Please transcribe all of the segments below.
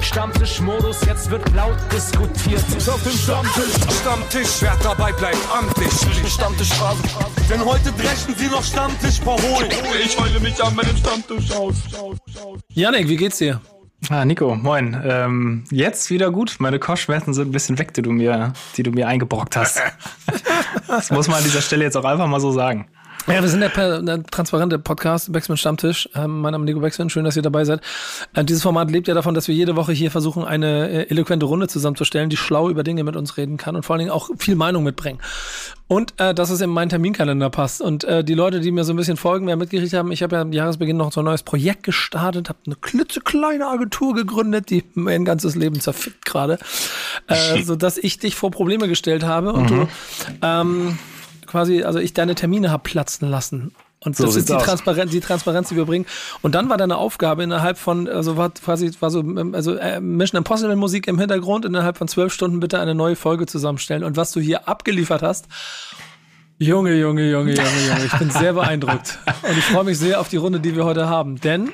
Stammtischmodus, jetzt wird laut diskutiert. Auf dem Stammtisch, wer dabei bleibt, amtlich. Stammtischphase, denn heute brechen sie noch Stammtisch verholen. Ich heule mich an meinem Stammtisch aus. Janik, wie geht's dir? Nico, moin. Jetzt wieder gut. Meine Kopfschmerzen sind ein bisschen weg, die du mir eingebrockt hast. Das muss man an dieser Stelle jetzt auch einfach mal so sagen. Ja, wir sind der transparente Podcast Backspin Stammtisch. Mein Name ist Nico Backspin, schön, dass ihr dabei seid. Dieses Format lebt ja davon, dass wir jede Woche hier versuchen, eine eloquente Runde zusammenzustellen, die schlau über Dinge mit uns reden kann und vor allen Dingen auch viel Meinung mitbringen. Und dass es in meinen Terminkalender passt. Und die Leute, die mir so ein bisschen folgen, wer mitgekriegt haben, ich habe ja am Jahresbeginn noch so ein neues Projekt gestartet, habe eine klitzekleine Agentur gegründet, die mein ganzes Leben zerfickt gerade, sodass ich dich vor Probleme gestellt habe und du quasi, also ich deine Termine habe platzen lassen. Und das ist die Transparenz, die wir bringen. Und dann war deine Aufgabe innerhalb von, Mission Impossible Musik im Hintergrund, innerhalb von 12 Stunden bitte eine neue Folge zusammenstellen. Und was du hier abgeliefert hast, Junge, ich bin sehr beeindruckt. Und ich freue mich sehr auf die Runde, die wir heute haben. Denn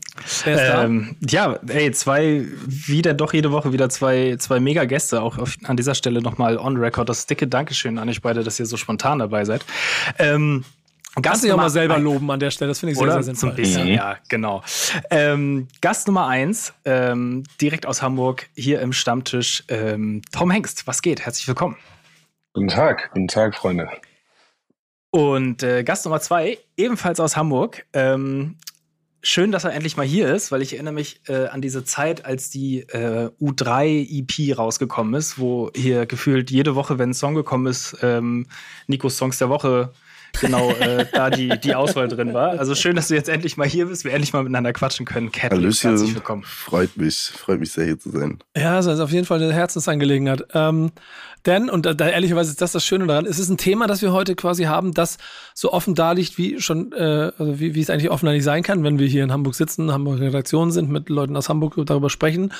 jede Woche wieder zwei Mega-Gäste, auch an dieser Stelle nochmal on record. Das dicke Dankeschön an euch beide, dass ihr so spontan dabei seid. Kannst du ja mal selber loben an der Stelle, das finde ich sehr, sehr sinnvoll. So ein bisschen, ja, genau. Gast Nummer 1, direkt aus Hamburg, hier im Stammtisch, Tom Hengst. Was geht? Herzlich willkommen. Guten Tag, Freunde. Und Gast Nummer 2, ebenfalls aus Hamburg, schön, dass er endlich mal hier ist, weil ich erinnere mich an diese Zeit, als die U3-EP rausgekommen ist, wo hier gefühlt jede Woche, wenn ein Song gekommen ist, Nikos Songs der Woche, genau, da die Auswahl drin war. Also schön, dass du jetzt endlich mal hier bist, wir endlich mal miteinander quatschen können. Cat, herzlich willkommen. Freut mich sehr, hier zu sein. Ja, das ist auf jeden Fall eine Herzensangelegenheit. Denn, und da ehrlicherweise ist das Schöne daran, es ist ein Thema, das wir heute quasi haben, das so offen da liegt, wie schon, wie es eigentlich offener nicht sein kann, wenn wir hier in Hamburg sitzen, Hamburg Redaktion sind, mit Leuten aus Hamburg darüber sprechen.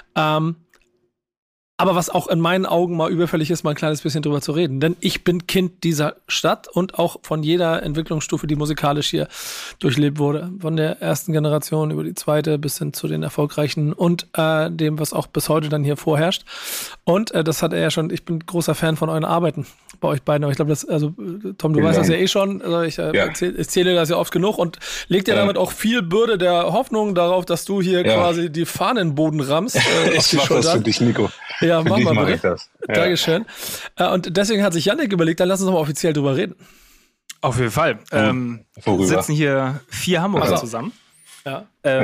Aber was auch in meinen Augen mal überfällig ist, mal ein kleines bisschen drüber zu reden. Denn ich bin Kind dieser Stadt und auch von jeder Entwicklungsstufe, die musikalisch hier durchlebt wurde. Von der ersten Generation über die zweite bis hin zu den erfolgreichen und dem, was auch bis heute dann hier vorherrscht. Und das hat er ja schon, ich bin großer Fan von euren Arbeiten bei euch beiden. Aber ich glaube, Tom, du weißt das ja eh schon. Also ich zähle das ja oft genug und leg dir damit auch viel Bürde der Hoffnung darauf, dass du hier quasi die Fahnen in den Boden rammst. Ich mach das für dich, Nico. Ja, mach mal bitte. Das. Ja. Dankeschön. Und deswegen hat sich Janik überlegt, dann lass uns mal offiziell drüber reden. Auf jeden Fall. Sitzen hier 4 Hamburger zusammen. Ja.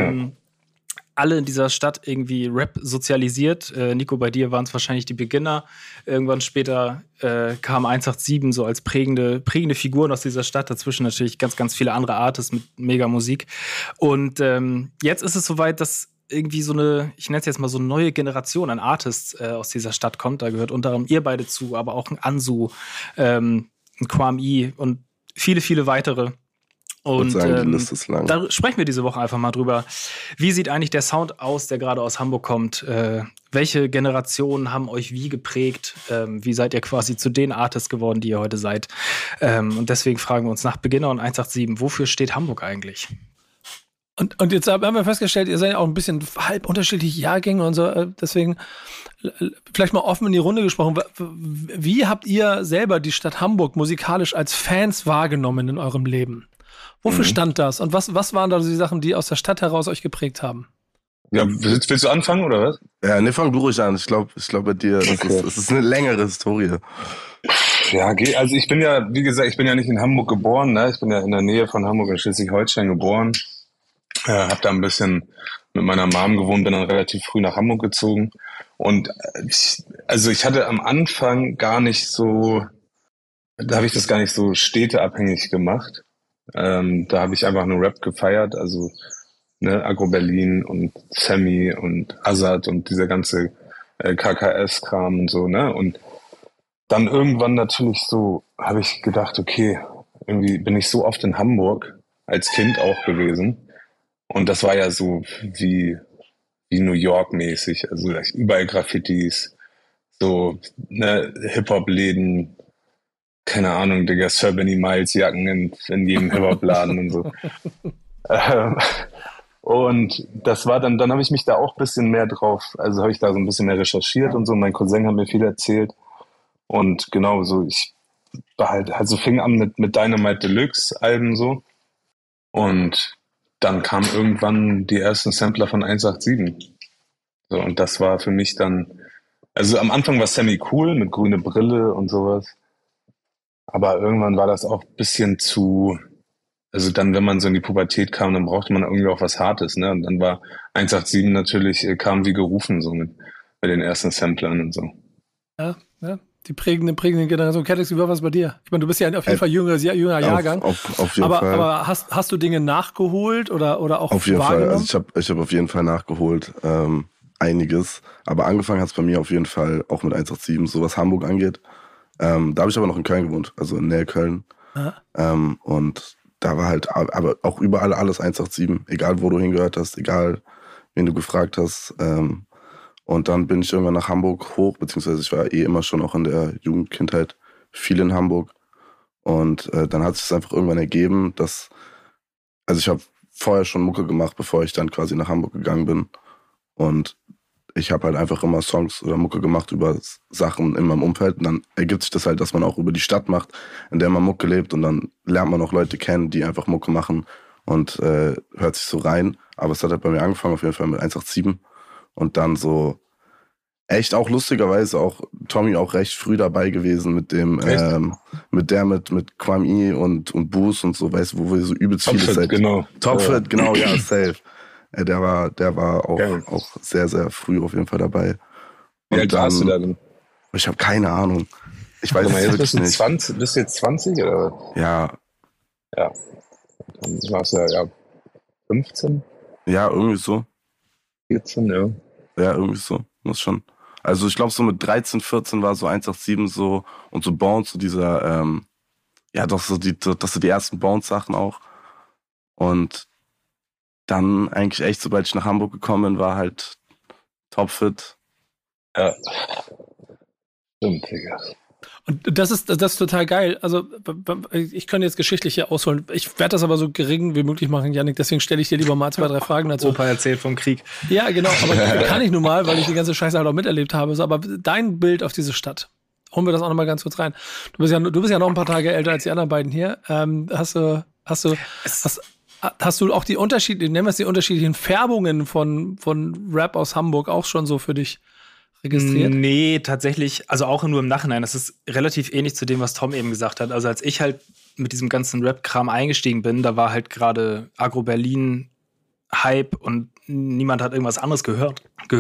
Alle in dieser Stadt irgendwie Rap sozialisiert. Nico, bei dir waren es wahrscheinlich die Beginner. Irgendwann später kam 187 so als prägende Figuren aus dieser Stadt. Dazwischen natürlich ganz, ganz viele andere Artists mit mega Musik. Und jetzt ist es soweit, dass irgendwie so eine, ich nenne es jetzt mal so eine neue Generation an Artists aus dieser Stadt kommt. Da gehört unter anderem ihr beide zu, aber auch ein Ansu, ein Kwame und viele, viele weitere. Und die Liste ist lang. Da sprechen wir diese Woche einfach mal drüber. Wie sieht eigentlich der Sound aus, der gerade aus Hamburg kommt? Welche Generationen haben euch wie geprägt? Wie seid ihr quasi zu den Artists geworden, die ihr heute seid? Und deswegen fragen wir uns nach Beginner und 187, wofür steht Hamburg eigentlich? Und jetzt haben wir festgestellt, ihr seid ja auch ein bisschen halb unterschiedliche Jahrgänge und so, deswegen vielleicht mal offen in die Runde gesprochen. Wie habt ihr selber die Stadt Hamburg musikalisch als Fans wahrgenommen in eurem Leben? Wofür stand das? Und was waren da die Sachen, die aus der Stadt heraus euch geprägt haben? Ja, willst du anfangen, oder was? Ja, ne, fang du ruhig an. Ich glaube bei dir, das ist eine längere Historie. Ja, also ich bin ja, wie gesagt, ich bin ja nicht in Hamburg geboren, ne? Ich bin ja in der Nähe von Hamburg in Schleswig-Holstein geboren. Hab da ein bisschen mit meiner Mom gewohnt, bin dann relativ früh nach Hamburg gezogen. Und ich hatte am Anfang da habe ich das gar nicht so städteabhängig gemacht. Da habe ich einfach nur Rap gefeiert, also Agro Berlin und Sammy und Azad und dieser ganze KKS-Kram und so, ne? Und dann irgendwann natürlich so habe ich gedacht, okay, irgendwie bin ich so oft in Hamburg als Kind auch gewesen. Und das war ja so wie New York-mäßig, also überall Graffitis, so Hip-Hop-Läden, keine Ahnung, Digga, Sir Benny Miles Jacken in jedem Hip-Hop-Laden und so. Und das war dann habe ich mich da auch ein bisschen mehr drauf, also habe ich da so ein bisschen mehr recherchiert und so. Mein Cousin hat mir viel erzählt. Und genau so, ich war halt, also fing an mit Dynamite Deluxe Alben so. Und dann kamen irgendwann die ersten Sampler von 187. So, und das war für mich dann, also am Anfang war Sammy cool mit grüne Brille und sowas. Aber irgendwann war das auch ein bisschen zu, also dann, wenn man so in die Pubertät kam, dann brauchte man irgendwie auch was Hartes, ne? Und dann war 187 natürlich, kam wie gerufen, so mit den ersten Samplern und so. Ja. Die prägende Generation. Caddix, wie war was bei dir? Ich meine, du bist ja auf jeden Fall jünger Jahrgang. Auf jeden Fall. Aber hast du Dinge nachgeholt oder auch auf jeden Fall. Also ich hab auf jeden Fall nachgeholt, einiges. Aber angefangen hat es bei mir auf jeden Fall auch mit 187, so was Hamburg angeht. Da habe ich aber noch in Köln gewohnt, also in Nähe Köln. Und da war halt aber auch überall alles 187, egal wo du hingehört hast, egal wen du gefragt hast. Und dann bin ich irgendwann nach Hamburg hoch, beziehungsweise ich war immer schon auch in der Jugendkindheit viel in Hamburg. Und dann hat sich es einfach irgendwann ergeben, also ich habe vorher schon Mucke gemacht, bevor ich dann quasi nach Hamburg gegangen bin. Und ich habe halt einfach immer Songs oder Mucke gemacht über Sachen in meinem Umfeld. Und dann ergibt sich das halt, dass man auch über die Stadt macht, in der man Mucke lebt. Und dann lernt man auch Leute kennen, die einfach Mucke machen und hört sich so rein. Aber es hat halt bei mir angefangen auf jeden Fall mit 187. Und dann so echt auch lustigerweise auch Tommy auch recht früh dabei gewesen mit dem, mit Kwame und Boos und so, weißt du, wo wir so übelst viele Zeit. Genau. Topfit, genau, ja, safe. Der war auch sehr, sehr früh auf jeden Fall dabei. Wie alt warst du da denn? Ich habe keine Ahnung. Ich weiß es wirklich nicht. 20, bist du jetzt 20 oder? Ja. Ja. Dann warst du ja 15? Ja, irgendwie so. 14, ja. Ja, irgendwie so. Muss schon. Also ich glaube, so mit 13, 14 war so 187 so und so Bounce, so dieser, das sind die ersten Bounce-Sachen auch. Und dann eigentlich echt, sobald ich nach Hamburg gekommen bin, war halt Topfit. Ja. Stimmt, Digga. Und das ist total geil. Also ich könnte jetzt geschichtlich hier ausholen. Ich werde das aber so gering wie möglich machen, Yannick. Deswegen stelle ich dir lieber mal 2, 3 Fragen dazu. Opa erzählt vom Krieg. Ja, genau. Aber kann ich nun mal, weil ich die ganze Scheiße halt auch miterlebt habe. So, aber dein Bild auf diese Stadt. Holen wir das auch noch mal ganz kurz rein. Du bist ja noch ein paar Tage älter als die anderen beiden hier. Hast du auch die unterschiedlichen Färbungen von Rap aus Hamburg auch schon so für dich registriert? Nee, tatsächlich, also auch nur im Nachhinein. Das ist relativ ähnlich zu dem, was Tom eben gesagt hat. Also als ich halt mit diesem ganzen Rap-Kram eingestiegen bin, da war halt gerade Agro-Berlin Hype und niemand hat irgendwas anderes gehört.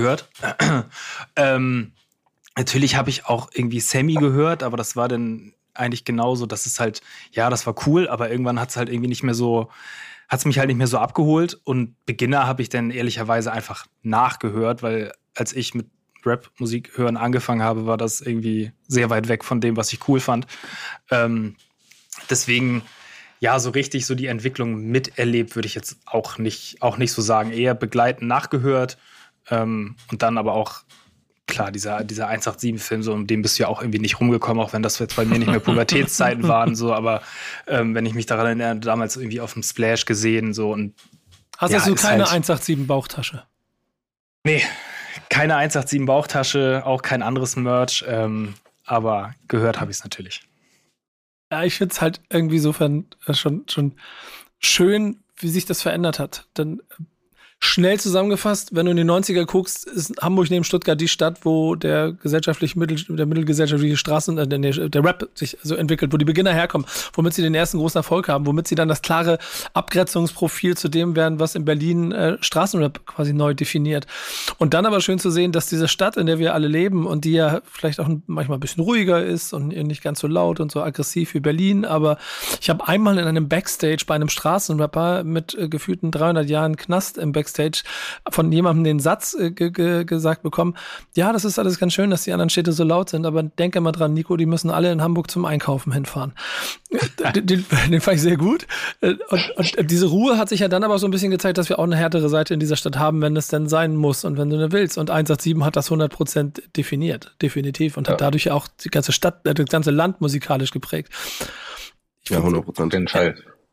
Natürlich habe ich auch irgendwie Sammy gehört, aber das war dann eigentlich genauso, dass es halt, ja, das war cool, aber irgendwann hat es halt irgendwie hat es mich halt nicht mehr so abgeholt. Und Beginner habe ich dann ehrlicherweise einfach nachgehört, weil als ich mit Rap-Musik hören angefangen habe, war das irgendwie sehr weit weg von dem, was ich cool fand. Deswegen, ja, so richtig so die Entwicklung miterlebt, würde ich jetzt auch nicht so sagen. Eher begleitend nachgehört und dann aber auch, klar, dieser 187-Film, so um den bist du ja auch irgendwie nicht rumgekommen, auch wenn das jetzt bei mir nicht mehr Pubertätszeiten waren, so, aber wenn ich mich daran erinnere, damals irgendwie auf dem Splash gesehen, so und hast du keine 187-Bauchtasche? Nee, keine 187-Bauchtasche, auch kein anderes Merch, aber gehört habe ich es natürlich. Ja, ich finde es halt irgendwie insofern schon schön, wie sich das verändert hat. Denn schnell zusammengefasst, wenn du in die 90er guckst, ist Hamburg neben Stuttgart die Stadt, wo der mittelgesellschaftliche der Rap sich so entwickelt, wo die Beginner herkommen, womit sie den ersten großen Erfolg haben, womit sie dann das klare Abgrenzungsprofil zu dem werden, was in Berlin Straßenrap quasi neu definiert. Und dann aber schön zu sehen, dass diese Stadt, in der wir alle leben und die ja vielleicht auch manchmal ein bisschen ruhiger ist und nicht ganz so laut und so aggressiv wie Berlin, aber ich habe einmal in einem Backstage bei einem Straßenrapper mit gefühlten 300 Jahren Knast im Backstage von jemandem den Satz gesagt bekommen, ja, das ist alles ganz schön, dass die anderen Städte so laut sind, aber denke mal dran, Nico, die müssen alle in Hamburg zum Einkaufen hinfahren. Den fand ich sehr gut. Und diese Ruhe hat sich ja dann aber so ein bisschen gezeigt, dass wir auch eine härtere Seite in dieser Stadt haben, wenn es denn sein muss und wenn du eine willst. Und 187 hat das 100% definiert, definitiv. Und hat dadurch ja auch die ganze Stadt, das ganze Land musikalisch geprägt. Ja, 100%. Auf jeden Fall.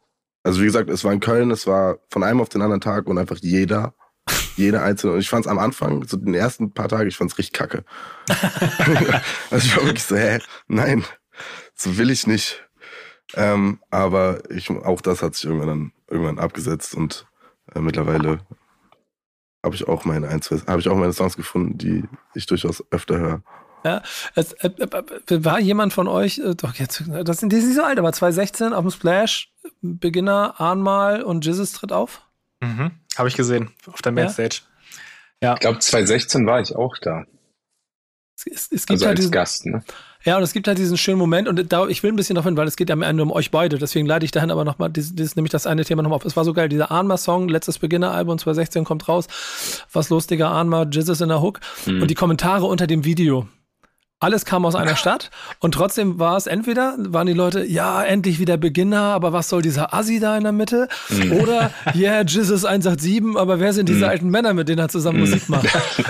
Also wie gesagt, es war in Köln, es war von einem auf den anderen Tag und einfach jeder einzelne. Und ich fand es am Anfang, so den ersten paar Tage, ich fand es richtig kacke. Also ich war wirklich so, nein, so will ich nicht. Aber auch das hat sich irgendwann abgesetzt und mittlerweile habe ich auch meine Songs gefunden, die ich durchaus öfter höre. Ja, war jemand von euch, doch jetzt, die sind nicht so alt, aber 2016 auf dem Splash, Beginner, Ahnmal und Jizzes tritt auf? Mhm. Habe ich gesehen, auf der Mainstage. Ja. Ich glaube, 2016 war ich auch da. Es gibt also halt als Gast, ne? Ja, und es gibt halt diesen schönen Moment und ich will ein bisschen darauf hin, weil es geht ja am Ende um euch beide, deswegen leite ich dahin aber nochmal, nämlich das eine Thema nochmal auf. Es war so geil, dieser Ahnmal-Song, letztes Beginner-Album 2016 kommt raus, was los, Digga, Ahnmal, Jizzes in der Hook und die Kommentare unter dem Video. Alles kam aus einer Stadt und trotzdem waren die Leute, ja, endlich wieder Beginner, aber was soll dieser Assi da in der Mitte? Oder, yeah, Jizzes 187, aber wer sind diese alten Männer, mit denen er zusammen Musik macht?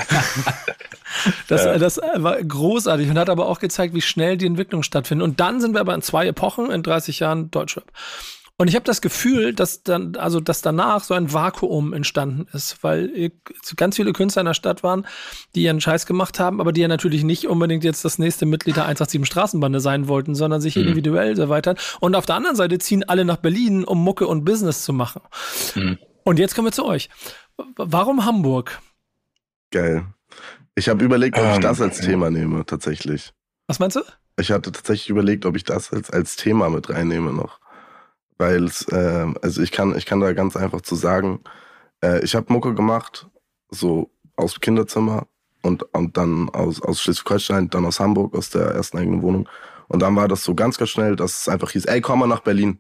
Das war großartig und hat aber auch gezeigt, wie schnell die Entwicklung stattfindet. Und dann sind wir aber in 2 Epochen, in 30 Jahren Deutschrap. Und ich habe das Gefühl, dass danach so ein Vakuum entstanden ist, weil ganz viele Künstler in der Stadt waren, die ihren Scheiß gemacht haben, aber die ja natürlich nicht unbedingt jetzt das nächste Mitglied der 187 Straßenbande sein wollten, sondern sich individuell erweitern. Und auf der anderen Seite ziehen alle nach Berlin, um Mucke und Business zu machen. Und jetzt kommen wir zu euch. Warum Hamburg? Geil. Ich habe überlegt, ob ich das als Thema nehme, tatsächlich. Was meinst du? Ich hatte tatsächlich überlegt, ob ich das als Thema mit reinnehme noch. Weil also ich kann da ganz einfach zu sagen, ich habe Mucke gemacht, so aus Kinderzimmer und dann aus Schleswig-Holstein, dann aus Hamburg, aus der ersten eigenen Wohnung. Und dann war das so ganz, ganz schnell, dass es einfach hieß, ey, komm mal nach Berlin.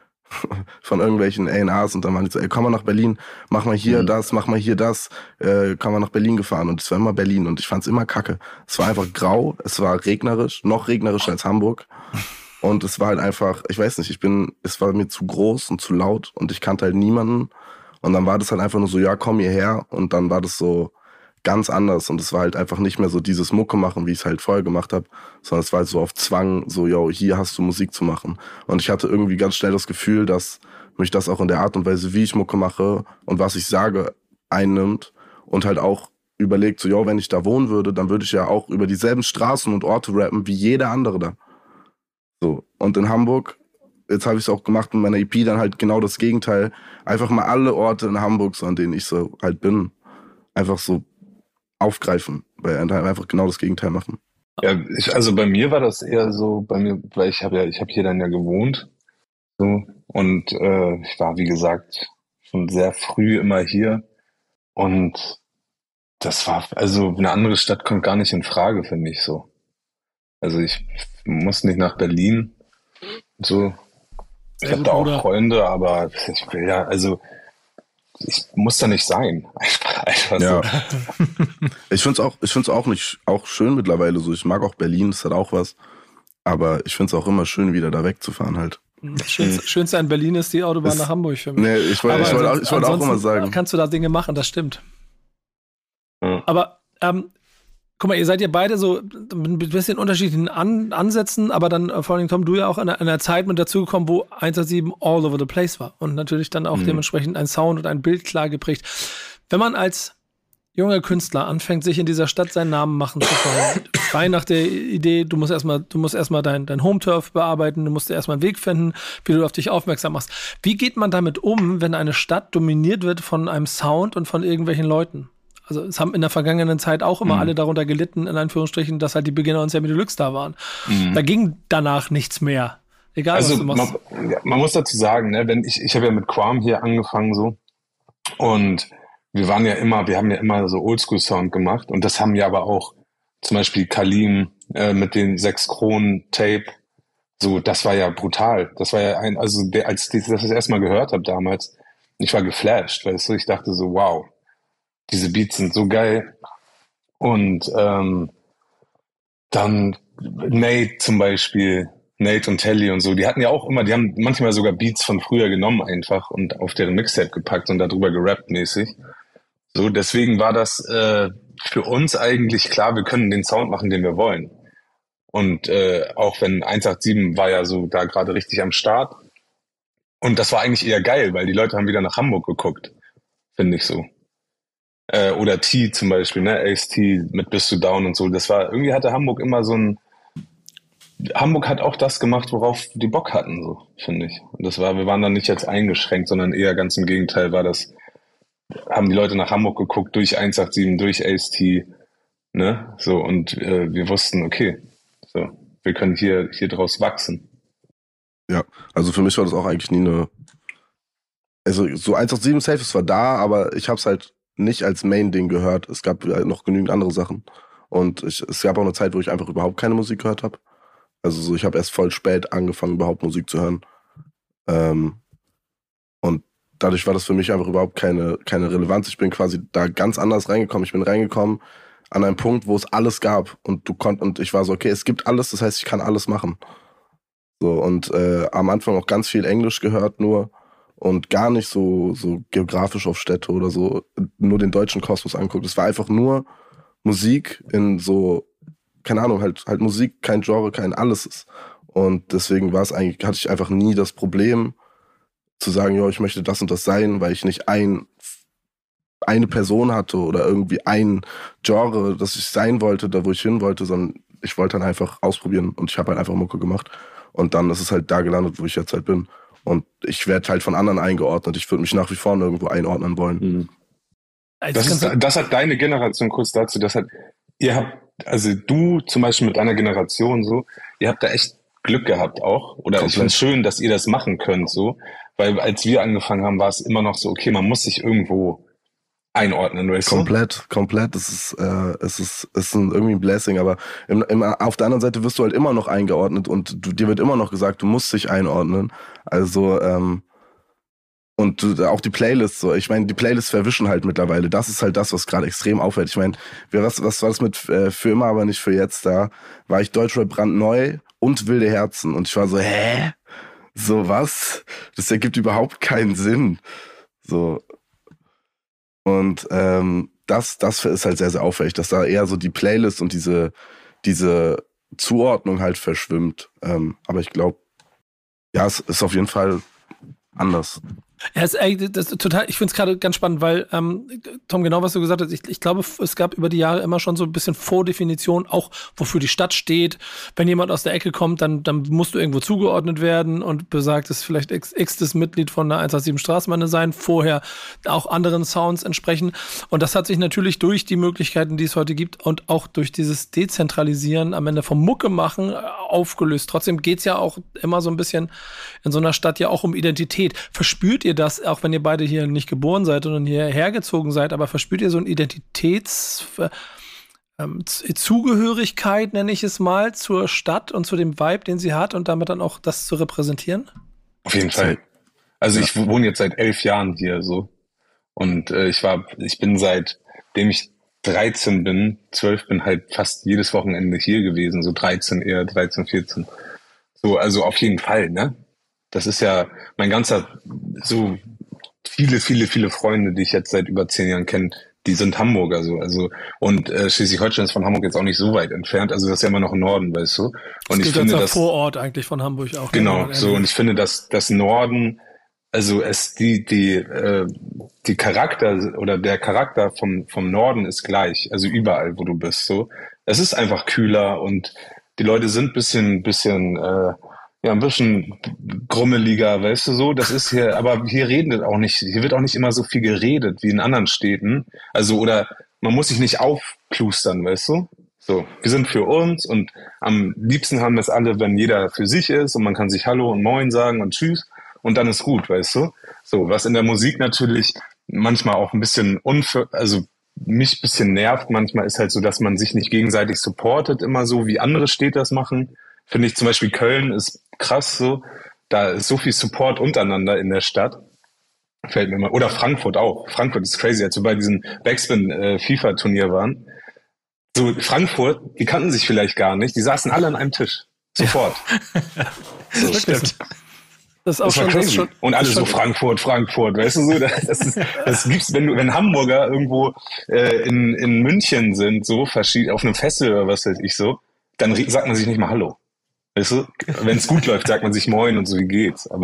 Von irgendwelchen A&Rs und dann waren die so, ey, komm mal nach Berlin, mach mal hier das, mach mal hier das, komm mal nach Berlin gefahren und es war immer Berlin und ich fand's immer kacke. Es war einfach grau, es war regnerisch, noch regnerischer als Hamburg und es war halt einfach, ich weiß nicht, es war mir zu groß und zu laut und ich kannte halt niemanden und dann war das halt einfach nur so, ja, komm hierher und dann war das so ganz anders und es war halt einfach nicht mehr so dieses Mucke machen, wie ich es halt vorher gemacht habe, sondern es war halt so auf Zwang, so, yo, hier hast du Musik zu machen. Und ich hatte irgendwie ganz schnell das Gefühl, dass mich das auch in der Art und Weise, wie ich Mucke mache und was ich sage, einnimmt und halt auch überlegt, so, yo, wenn ich da wohnen würde, dann würde ich ja auch über dieselben Straßen und Orte rappen, wie jeder andere da. So. Und in Hamburg, jetzt habe ich es auch gemacht mit meiner EP, dann halt genau das Gegenteil. Einfach mal alle Orte in Hamburg, so an denen ich so halt bin, einfach so aufgreifen, weil einfach genau das Gegenteil machen. Ja, also bei mir war das eher so, weil ich habe hier dann ja gewohnt, so, und ich war, wie gesagt, schon sehr früh immer hier und das war, also eine andere Stadt kommt gar nicht in Frage für mich so. Also ich muss nicht nach Berlin, so. Ich habe da auch Freunde, aber ich will ja, also ich muss da nicht sein. Einfach ja. So. Ich find's auch schön mittlerweile so. Ich mag auch Berlin, das hat auch was. Aber ich find's auch immer schön, wieder da wegzufahren halt. Das Schönste an Berlin ist die Autobahn nach Hamburg für mich. Nee, ich wollte auch immer sagen. Kannst du da Dinge machen, das stimmt. Aber guck mal, ihr seid ja beide so ein bisschen unterschiedlichen Ansätzen, aber dann vor allem, Tom, du ja auch in einer Zeit mit dazugekommen, wo 187 all over the place war und natürlich dann auch dementsprechend ein Sound und ein Bild klar geprägt. Wenn man als junger Künstler anfängt, sich in dieser Stadt seinen Namen machen zu können, frei nach der Idee, du musst erstmal dein Home-Turf bearbeiten, du musst dir erstmal einen Weg finden, wie du auf dich aufmerksam machst. Wie geht man damit um, wenn eine Stadt dominiert wird von einem Sound und von irgendwelchen Leuten? Also es haben in der vergangenen Zeit auch immer alle darunter gelitten, in Anführungsstrichen, dass halt die Beginner und Sammy Deluxe da waren. Da ging danach nichts mehr. Egal, also, was du machst. Man muss dazu sagen, ne, ich habe ja mit Quam hier angefangen so und wir haben ja immer so Oldschool-Sound gemacht und das haben ja aber auch zum Beispiel Kalim mit den 6 Kronen Tape, so, das war ja brutal. Das war ja als ich das erstmal gehört habe damals, ich war geflasht, weißt du, ich dachte so, wow, diese Beats sind so geil. Und dann Nate zum Beispiel, Nate und Telly und so, die haben manchmal sogar Beats von früher genommen einfach und auf deren Mixtape gepackt und darüber gerappt mäßig. So, deswegen war das für uns eigentlich klar, wir können den Sound machen, den wir wollen. Und auch wenn 187 war ja so da gerade richtig am Start, Und das war eigentlich eher geil, weil die Leute haben wieder nach Hamburg geguckt, finde ich so. Oder T zum Beispiel, ne, Ace-T mit Bist du down und so. Das war, irgendwie hatte Hamburg immer Hamburg hat auch das gemacht, worauf die Bock hatten, so, finde ich. Und wir waren dann nicht jetzt eingeschränkt, sondern eher ganz im Gegenteil haben die Leute nach Hamburg geguckt, durch 187, durch Ace-T, ne, so, und wir wussten, okay, so, wir können hier draus wachsen. Ja, also für mich war das auch eigentlich nie also so 187 safe, es war da, aber ich hab's halt nicht als Main-Ding gehört. Es gab noch genügend andere Sachen. Und es gab auch eine Zeit, wo ich einfach überhaupt keine Musik gehört habe. Also so, ich habe erst voll spät angefangen, überhaupt Musik zu hören. Und dadurch war das für mich einfach überhaupt keine Relevanz. Ich bin quasi da ganz anders reingekommen. Ich bin reingekommen an einen Punkt, wo es alles gab. Und ich war so, okay, es gibt alles, das heißt, ich kann alles machen. So, und am Anfang auch ganz viel Englisch gehört nur. Und gar nicht so geografisch auf Städte oder so, nur den deutschen Kosmos anguckt. Es war einfach nur Musik in so, keine Ahnung, halt Musik, kein Genre, kein alles. Und deswegen hatte ich einfach nie das Problem zu sagen, ja, ich möchte das und das sein, weil ich nicht eine Person hatte oder irgendwie ein Genre, das ich sein wollte, da wo ich hin wollte, sondern ich wollte dann einfach ausprobieren und ich habe halt einfach Mucke gemacht. Und dann ist es halt da gelandet, wo ich jetzt halt bin. Und ich werde halt von anderen eingeordnet. Ich würde mich nach wie vor nirgendwo einordnen wollen. Mhm. Das hat deine Generation, kurz dazu, also du zum Beispiel mit deiner Generation so, ihr habt da echt Glück gehabt auch. Oder komplett. Ich finde es schön, dass ihr das machen könnt so. Weil als wir angefangen haben, war es immer noch so, okay, man muss sich irgendwo einordnen, weißt du? Komplett. Es ist irgendwie ein Blessing, aber auf der anderen Seite wirst du halt immer noch eingeordnet und dir wird immer noch gesagt, du musst dich einordnen. Also, und auch die Playlists, so, ich meine, die Playlists verwischen halt mittlerweile. Das ist halt das, was gerade extrem auffällt. Ich meine, was war das mit für immer, aber nicht für jetzt? Da war ich Deutschrap brandneu und Wilde Herzen und ich war so, hä? So was? Das ergibt überhaupt keinen Sinn. So. Und das ist halt sehr, sehr auffällig, dass da eher so die Playlist und diese Zuordnung halt verschwimmt. Aber ich glaube, ja, es ist auf jeden Fall anders. Ja, das ist total, ich finde es gerade ganz spannend, weil, Tom, genau was du gesagt hast, ich glaube, es gab über die Jahre immer schon so ein bisschen Vordefinition, auch wofür die Stadt steht. Wenn jemand aus der Ecke kommt, dann musst du irgendwo zugeordnet werden und besagtes vielleicht x-tes Mitglied von der 187 Straßenbahn sein, vorher auch anderen Sounds entsprechen. Und das hat sich natürlich durch die Möglichkeiten, die es heute gibt und auch durch dieses Dezentralisieren am Ende vom Mucke machen aufgelöst. Trotzdem geht's ja auch immer so ein bisschen in so einer Stadt ja auch um Identität. Verspürt ihr das, auch wenn ihr beide hier nicht geboren seid, sondern hierher gezogen seid, aber verspürt ihr so eine Zugehörigkeit, nenne ich es mal, zur Stadt und zu dem Vibe, den sie hat und damit dann auch das zu repräsentieren? Auf jeden Fall. Also ich wohne jetzt seit 11 Jahren hier so und ich bin seitdem ich 13 bin, 12 bin halt fast jedes Wochenende hier gewesen, so 13, 14. So, also auf jeden Fall, ne? Das ist ja so viele Freunde, die ich jetzt seit über 10 Jahren kenne, die sind Hamburger so. Also, und Schleswig-Holstein ist von Hamburg jetzt auch nicht so weit entfernt. Also das ist ja immer noch im Norden, weißt du? Und ich finde das Vorort eigentlich von Hamburg auch. Genau, so. Und ich finde, dass das Norden, also die Charakter oder der Charakter vom Norden ist gleich. Also überall, wo du bist, so. Es ist einfach kühler und die Leute sind ein bisschen grummeliger, weißt du so, das ist hier, aber hier wird auch nicht immer so viel geredet wie in anderen Städten, also oder man muss sich nicht aufplustern, weißt du, so, wir sind für uns und am liebsten haben es alle, wenn jeder für sich ist und man kann sich Hallo und Moin sagen und Tschüss und dann ist gut, weißt du, so, was in der Musik natürlich manchmal auch ein bisschen mich ein bisschen nervt, manchmal ist halt so, dass man sich nicht gegenseitig supportet, immer so, wie andere Städte das machen. Finde ich zum Beispiel Köln ist krass so, da ist so viel Support untereinander in der Stadt. Fällt mir mal. Oder Frankfurt auch. Frankfurt ist crazy, als wir bei diesem Backspin FIFA-Turnier waren. So, Frankfurt, die kannten sich vielleicht gar nicht, die saßen alle an einem Tisch. Sofort. So, stimmt. Das ist auch schon crazy. Und alle so Frankfurt, weißt du so, das gibt's, wenn Hamburger irgendwo in München sind, so verschieden auf einem Festival oder was weiß ich so, dann sagt man sich nicht mal Hallo. Weißt du? Wenn es gut läuft, sagt man sich Moin und so, wie geht's? Aber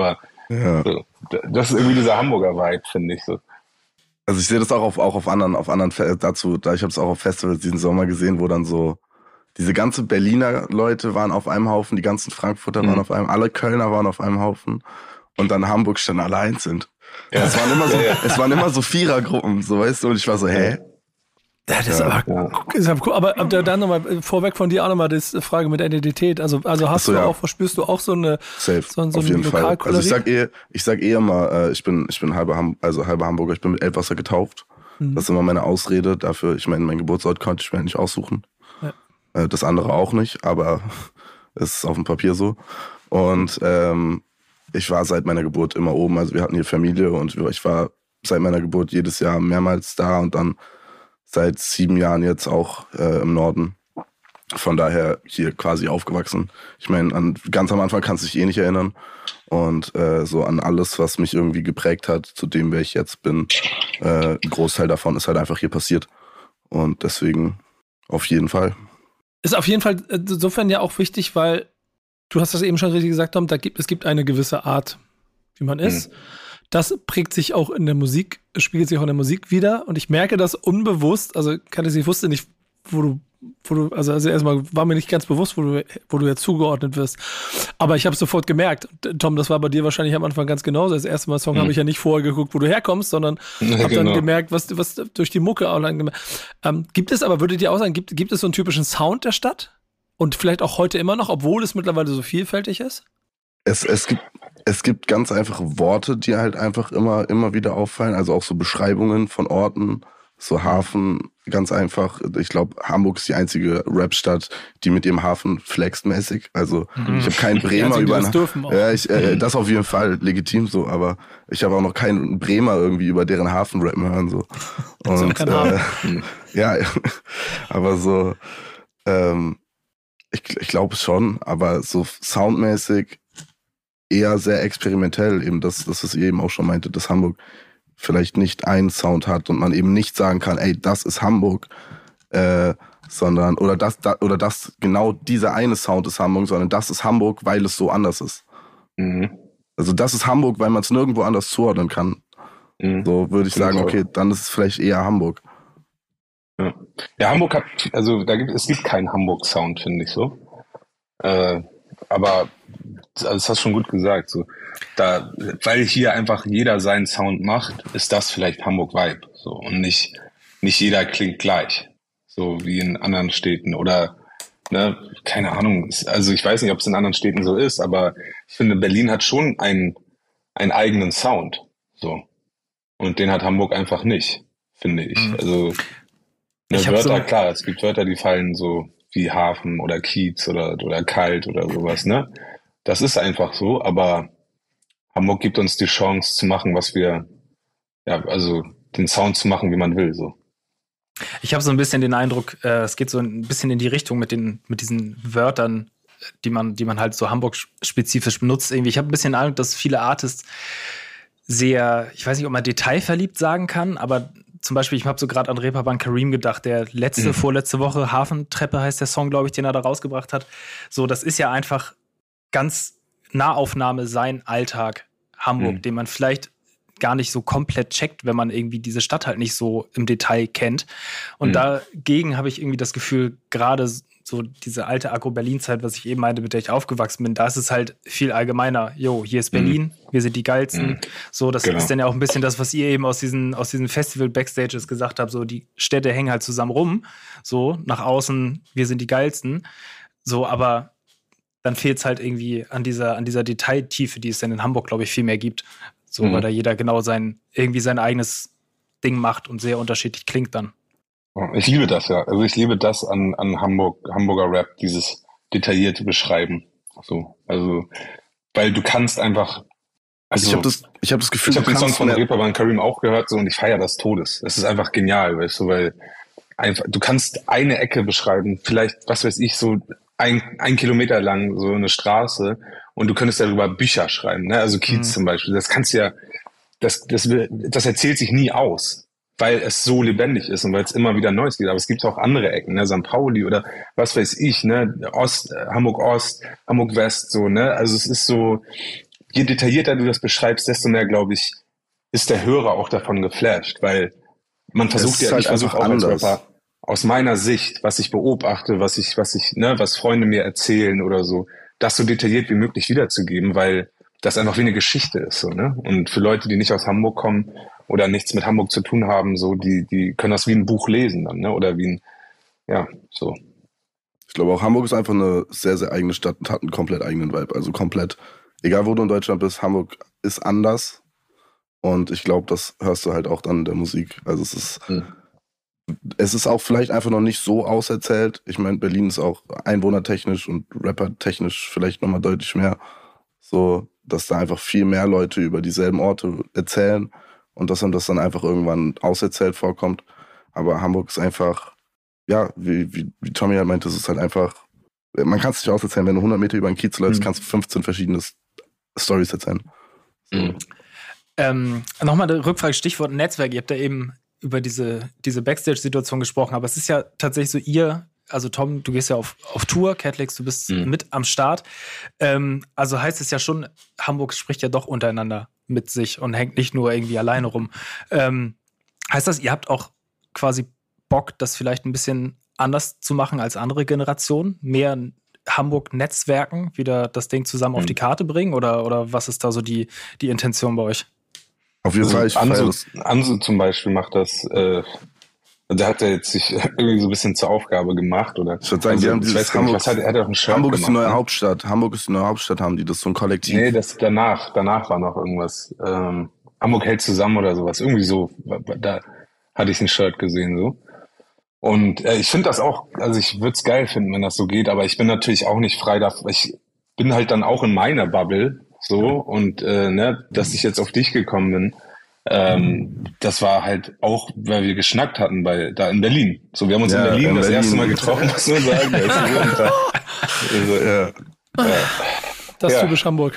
Ja. So, das ist irgendwie dieser Hamburger Vibe, finde ich so. Also ich sehe das auch auf anderen dazu, da ich habe es auch auf Festivals diesen Sommer gesehen, wo dann so diese ganze Berliner Leute waren auf einem Haufen, die ganzen Frankfurter waren auf einem, alle Kölner waren auf einem Haufen und dann Hamburg stand alle einzeln. Ja. Es waren immer so Vierergruppen, so weißt du, und ich war so, hä? Das ist aber cool. Aber dann nochmal vorweg von dir auch nochmal die Frage mit der Identität. Also hast du auch, verspürst du auch so eine Safe, so auf jeden Fall. Also ich sag immer, ich bin halber Hamburger, ich bin mit Elbwasser getauft. Das ist immer meine Ausrede dafür. Ich meine, mein Geburtsort konnte ich mir nicht aussuchen. Ja. Das andere auch nicht, aber es ist auf dem Papier so. Und ich war seit meiner Geburt immer oben. Also wir hatten hier Familie und ich war seit meiner Geburt jedes Jahr mehrmals da und dann seit 7 Jahren jetzt auch im Norden. Von daher hier quasi aufgewachsen. Ich meine, ganz am Anfang kannst du dich nicht erinnern. Und so an alles, was mich irgendwie geprägt hat, zu dem, wer ich jetzt bin, ein Großteil davon ist halt einfach hier passiert. Und deswegen auf jeden Fall. Ist auf jeden Fall insofern ja auch wichtig, weil du hast das eben schon richtig gesagt, Tom, es gibt eine gewisse Art, wie man ist. Das prägt sich auch in der Musik, spiegelt sich auch in der Musik wieder. Und ich merke das unbewusst, also ich wusste nicht, wo du, also erstmal war mir nicht ganz bewusst, wo du jetzt zugeordnet wirst. Aber ich habe es sofort gemerkt. Tom, das war bei dir wahrscheinlich am Anfang ganz genauso. Das erste Mal Song habe ich ja nicht vorher geguckt, wo du herkommst, sondern habe dann gemerkt, was durch die Mucke auch lang gemerkt. Gibt es aber, würdet ihr auch sagen, gibt es so einen typischen Sound der Stadt? Und vielleicht auch heute immer noch, obwohl es mittlerweile so vielfältig ist? Es gibt ganz einfache Worte, die halt einfach immer wieder auffallen. Also auch so Beschreibungen von Orten, so Hafen, ganz einfach. Ich glaube, Hamburg ist die einzige Rap-Stadt, die mit ihrem Hafen flext mäßig. Also ich habe keinen Bremer über das auf jeden Fall legitim so, aber ich habe auch noch keinen Bremer irgendwie über deren Hafen rappen hören so. Und ja, aber so ich glaube schon, aber so soundmäßig eher sehr experimentell, eben das, was ihr eben auch schon meinte, dass Hamburg vielleicht nicht einen Sound hat und man eben nicht sagen kann, ey, das ist Hamburg, sondern, oder das genau dieser eine Sound ist Hamburg, sondern das ist Hamburg, weil es so anders ist. Also das ist Hamburg, weil man es nirgendwo anders zuordnen kann. So würde ich sagen, okay, dann ist es vielleicht eher Hamburg. Ja, Hamburg es gibt keinen Hamburg-Sound, finde ich so. Aber das hast du schon gut gesagt. So, weil hier einfach jeder seinen Sound macht, ist das vielleicht Hamburg-Vibe. So, und nicht jeder klingt gleich. So wie in anderen Städten. Oder, ne, keine Ahnung. Also ich weiß nicht, ob es in anderen Städten so ist, aber ich finde, Berlin hat schon einen eigenen Sound. So. Und den hat Hamburg einfach nicht, finde ich. Also Wörter, klar, es gibt Wörter, die fallen so wie Hafen oder Kiez oder kalt oder sowas, ne? Das ist einfach so, aber Hamburg gibt uns die Chance zu machen, was wir, also den Sound zu machen, wie man will, so. Ich habe so ein bisschen den Eindruck, es geht so ein bisschen in die Richtung mit diesen Wörtern, die man halt so Hamburg-spezifisch benutzt. Irgendwie, ich habe ein bisschen den Eindruck, dass viele Artists sehr, ich weiß nicht, ob man detailverliebt sagen kann, aber zum Beispiel, ich habe so gerade an Reeperbahn Kareem gedacht, der vorletzte Woche, Hafentreppe heißt der Song, glaube ich, den er da rausgebracht hat. So, das ist ja einfach ganz Nahaufnahme sein Alltag Hamburg, den man vielleicht gar nicht so komplett checkt, wenn man irgendwie diese Stadt halt nicht so im Detail kennt. Und dagegen habe ich irgendwie das Gefühl, gerade so diese alte Agro-Berlin-Zeit, was ich eben meinte, mit der ich aufgewachsen bin, da ist es halt viel allgemeiner. Jo, hier ist Berlin, wir sind die Geilsten. So, das ist dann ja auch ein bisschen das, was ihr eben aus diesen Festival-Backstages gesagt habt, so die Städte hängen halt zusammen rum, so nach außen, wir sind die Geilsten. So, aber dann fehlt es halt irgendwie an dieser Detailtiefe, die es dann in Hamburg, glaube ich, viel mehr gibt. So, weil da jeder genau sein eigenes Ding macht und sehr unterschiedlich klingt dann. Ich liebe das, ja. Also ich liebe das an Hamburger Rap, dieses detaillierte Beschreiben. So, also, weil du kannst einfach. Also ich hab das Gefühl, ich habe den Song von Reeperbahn Kareem auch gehört, so, und ich feiere das Todes. Das ist einfach genial, weißt du, weil einfach, du kannst eine Ecke beschreiben, vielleicht, was weiß ich, so ein Kilometer lang, so eine Straße, und du könntest darüber Bücher schreiben, ne? Also Kiez zum Beispiel. Das kannst du ja, das erzählt sich nie aus, weil es so lebendig ist und weil es immer wieder Neues gibt. Aber es gibt auch andere Ecken, ne? St. Pauli oder was weiß ich, ne? Hamburg Ost, Hamburg West, so, ne? Also es ist so, je detaillierter du das beschreibst, desto mehr, glaube ich, ist der Hörer auch davon geflasht, weil man versucht ja, ich versuche auch als Rapper aus meiner Sicht, was ich beobachte, was Freunde mir erzählen oder so, das so detailliert wie möglich wiederzugeben, weil das einfach wie eine Geschichte ist, so, ne? Und für Leute, die nicht aus Hamburg kommen oder nichts mit Hamburg zu tun haben, so, die können das wie ein Buch lesen dann, ne? Oder wie so. Ich glaube auch, Hamburg ist einfach eine sehr, sehr eigene Stadt und hat einen komplett eigenen Vibe. Also komplett, egal wo du in Deutschland bist, Hamburg ist anders. Und ich glaube, das hörst du halt auch dann in der Musik. Also es ist auch vielleicht einfach noch nicht so auserzählt. Ich meine, Berlin ist auch einwohnertechnisch und rappertechnisch vielleicht nochmal deutlich mehr. So, dass da einfach viel mehr Leute über dieselben Orte erzählen und dass das dann einfach irgendwann auserzählt vorkommt. Aber Hamburg ist einfach, ja, wie Tommy halt meinte, es ist halt einfach, man kann es nicht auserzählen, wenn du 100 Meter über den Kiez läufst, kannst du 15 verschiedene Storys erzählen. So. Nochmal eine Rückfrage, Stichwort Netzwerk. Ihr habt ja eben über diese Backstage-Situation gesprochen, aber es ist ja tatsächlich so, also Tom, du gehst ja auf Tour, Catlix, du bist mit am Start. Also heißt es ja schon, Hamburg spricht ja doch untereinander mit sich und hängt nicht nur irgendwie alleine rum. Heißt das, ihr habt auch quasi Bock, das vielleicht ein bisschen anders zu machen als andere Generationen? Mehr Hamburg-Netzwerken, wieder das Ding zusammen auf die Karte bringen? Oder was ist da so die Intention bei euch? Auf jeden Fall. Ansu zum Beispiel macht das, der hat ja jetzt sich irgendwie so ein bisschen zur Aufgabe gemacht, oder? Ich würde sagen, die haben dieses Hamburg, er hat auch ein Shirt Hamburg gemacht, ist die neue Hauptstadt. Hamburg ist die neue Hauptstadt, haben die das so ein Kollektiv? Nee, danach war noch irgendwas. Hamburg hält zusammen oder sowas. Irgendwie so, da hatte ich ein Shirt gesehen, so. Und ich finde das auch, also ich würde es geil finden, wenn das so geht, aber ich bin natürlich auch nicht frei davon. Ich bin halt dann auch in meiner Bubble, so, und dass ich jetzt auf dich gekommen bin, das war halt auch, weil wir geschnackt hatten da in Berlin. So, wir haben uns in Berlin das erste Mal getroffen, muss man sagen. Das ist typisch Hamburg.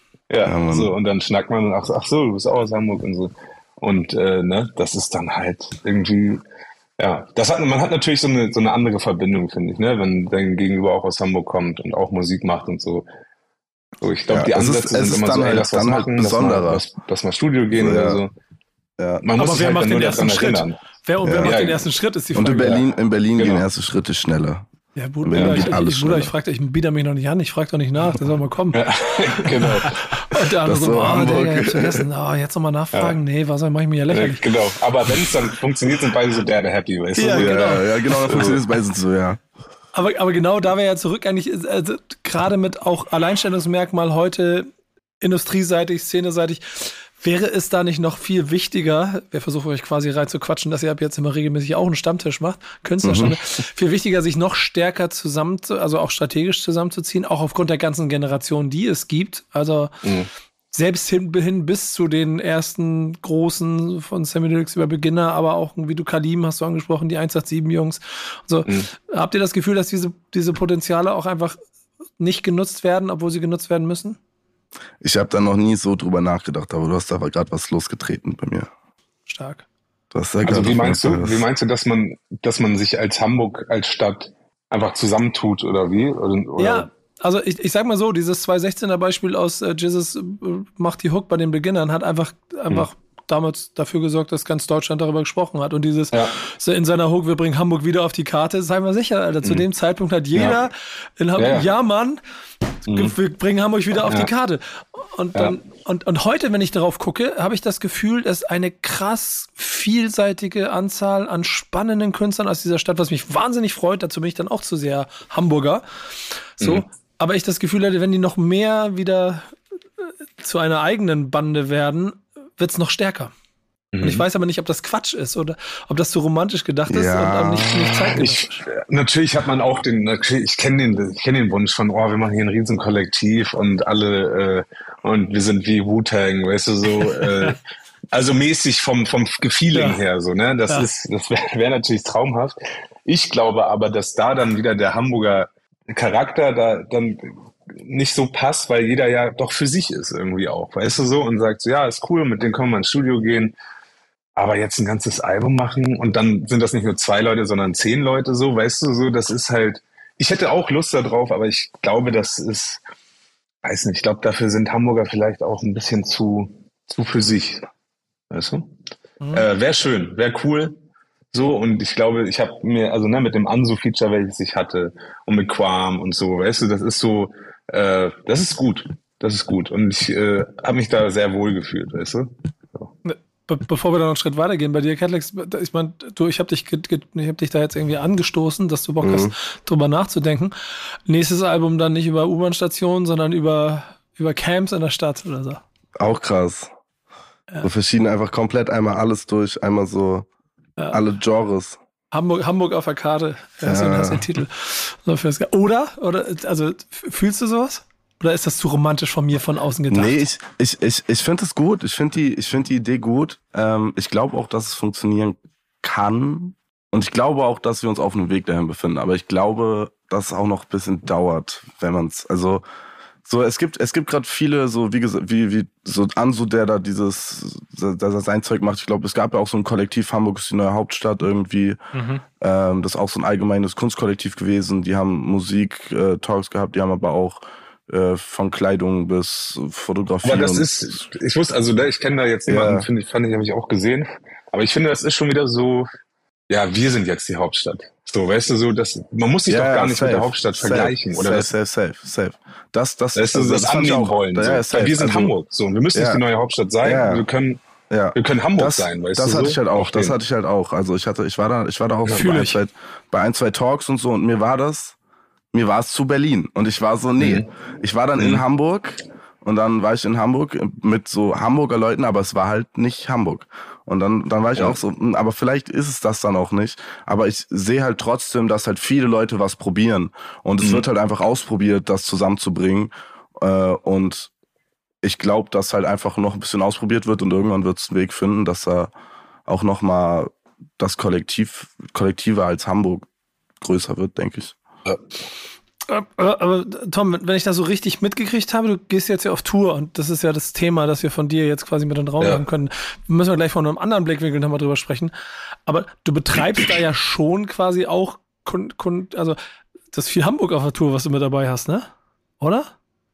Ja, so, und dann schnackt man und ach so, du bist auch aus Hamburg und so. Und das ist dann halt irgendwie, ja, man hat natürlich so eine andere Verbindung, finde ich, ne, wenn dein Gegenüber auch aus Hamburg kommt und auch Musik macht und so. So, ich glaube, die Ansätze sind immer so, lass was machen, lass mal Studio gehen oder so. Ja. Aber wer macht den ersten Schritt? Wer macht den ersten Schritt, ist die Frage. Und in Berlin gehen erste Schritte schneller. Ja, Bruder, ich biete mich noch nicht an, ich frage doch nicht nach, der soll mal kommen. Ja, genau. Und der andere so, Digga, ich vergessen, jetzt nochmal nachfragen, nee, was mach ich mir ja lächerlich. Ja, genau, aber wenn es dann funktioniert, sind beide so der happy, weißt du? Ja, genau, dann funktioniert es meistens so, ja. Aber genau da wäre ja zurück eigentlich, also, gerade mit auch Alleinstellungsmerkmal heute, industrieseitig, szeneseitig, wäre es da nicht noch viel wichtiger, wir versuchen euch quasi reinzuquatschen, dass ihr ab jetzt immer regelmäßig auch einen Stammtisch macht, Künstlerstammtisch, viel wichtiger, sich noch stärker also auch strategisch zusammenzuziehen, auch aufgrund der ganzen Generation, die es gibt. Also selbst hin bis zu den ersten großen von Samy Deluxe über Beginner, aber auch wie du Kalim hast du angesprochen, die 187-Jungs. So. Habt ihr das Gefühl, dass diese Potenziale auch einfach nicht genutzt werden, obwohl sie genutzt werden müssen? Ich habe da noch nie so drüber nachgedacht, aber du hast da gerade was losgetreten bei mir. Stark. Also wie meinst du, dass man sich als Hamburg, als Stadt einfach zusammentut oder wie? Oder? Ja, also ich sag mal so, dieses 216er Beispiel aus Jesus macht die Hook bei den Beginnern hat einfach damals dafür gesorgt, dass ganz Deutschland darüber gesprochen hat. Und dieses so in seiner Hook, wir bringen Hamburg wieder auf die Karte, seien wir sicher, Alter. Zu dem Zeitpunkt hat jeder in Hamburg, Mann, wir bringen Hamburg wieder auf die Karte. Und dann, und heute, wenn ich darauf gucke, habe ich das Gefühl, dass eine krass vielseitige Anzahl an spannenden Künstlern aus dieser Stadt, was mich wahnsinnig freut, dazu bin ich dann auch zu sehr Hamburger. So, aber ich das Gefühl hatte, wenn die noch mehr wieder zu einer eigenen Bande werden, wird's noch stärker. Und ich weiß aber nicht, ob das Quatsch ist oder ob das zu romantisch gedacht ist und nicht zeitgenössisch. Natürlich hat man auch ich kenne den Wunsch von, wir machen hier ein riesen Kollektiv und alle und wir sind wie Wu-Tang, weißt du, so also mäßig vom Feeling her, so, ne? Das wäre natürlich traumhaft. Ich glaube aber, dass da dann wieder der Hamburger Charakter da dann nicht so passt, weil jeder ja doch für sich ist irgendwie auch, weißt du, so, und sagt so, ja, ist cool, mit denen können wir ins Studio gehen, aber jetzt ein ganzes Album machen und dann sind das nicht nur 2 Leute, sondern 10 Leute, so, weißt du, so, das ist halt, ich hätte auch Lust darauf, aber ich glaube, das weiß nicht, ich glaube, dafür sind Hamburger vielleicht auch ein bisschen zu für sich. Weißt du? Wäre schön, wäre cool. So, und ich glaube, ich habe mir, also ne, mit dem Ansu-Feature, welches ich hatte, und mit Quam und so, weißt du, das ist so, das ist gut. Das ist gut. Und ich habe mich da sehr wohl gefühlt, weißt du? So. Bevor wir da noch einen Schritt weitergehen, bei dir, Catlex, ich meine, ich habe dich da jetzt irgendwie angestoßen, dass du Bock hast, drüber nachzudenken. Nächstes Album dann nicht über U-Bahn-Stationen, sondern über Camps in der Stadt oder so. Auch krass. Ja. So verschieden, einfach komplett einmal alles durch, einmal so alle Genres. Hamburg auf der Karte, hast den Titel. Oder, also fühlst du sowas? Oder ist das zu romantisch von mir von außen gedacht? Nee, ich finde es gut. Ich finde die Idee gut. Ich glaube auch, dass es funktionieren kann. Und ich glaube auch, dass wir uns auf einem Weg dahin befinden. Aber ich glaube, dass es auch noch ein bisschen dauert, wenn man es, also so, es gibt gerade viele, so wie gesagt, wie so Ansu, der da sein Zeug macht. Ich glaube, es gab ja auch so ein Kollektiv, Hamburg ist die neue Hauptstadt irgendwie. Das ist auch so ein allgemeines Kunstkollektiv gewesen. Die haben Musik-Talks gehabt, die haben aber auch von Kleidung bis Fotografie. Aber das ist, ich wusste, also ich kenne da jetzt jemanden, habe ich auch gesehen. Aber ich finde, das ist schon wieder so, ja, wir sind jetzt die Hauptstadt. So, weißt du, so, man muss sich doch gar nicht mit der Hauptstadt vergleichen, oder? Safe. Das annehmen wollen. Ja, so. Weil wir sind Hamburg, so, und wir müssen nicht die neue Hauptstadt sein. Ja. Wir können Hamburg sein, weißt du. Das hatte ich halt auch. Also ich war da auch bei ein, zwei Talks und so, und mir war es zu Berlin. Und ich war so, nee. Ich war dann in Hamburg, und dann war ich in Hamburg mit so Hamburger Leuten, aber es war halt nicht Hamburg. Und dann war ich auch so, aber vielleicht ist es das dann auch nicht. Aber ich sehe halt trotzdem, dass halt viele Leute was probieren. Und es wird halt einfach ausprobiert, das zusammenzubringen. Und ich glaube, dass halt einfach noch ein bisschen ausprobiert wird, und irgendwann wird es einen Weg finden, dass da auch nochmal das Kollektive als Hamburg größer wird, denke ich. Ja. Aber Tom, wenn ich das so richtig mitgekriegt habe, du gehst jetzt ja auf Tour, und das ist ja das Thema, das wir von dir jetzt quasi mit in den Raum haben können. Müssen wir gleich von einem anderen Blickwinkel nochmal drüber sprechen. Aber du betreibst da ja schon quasi auch, also das ist viel Hamburg auf der Tour, was du mit dabei hast, ne? Oder?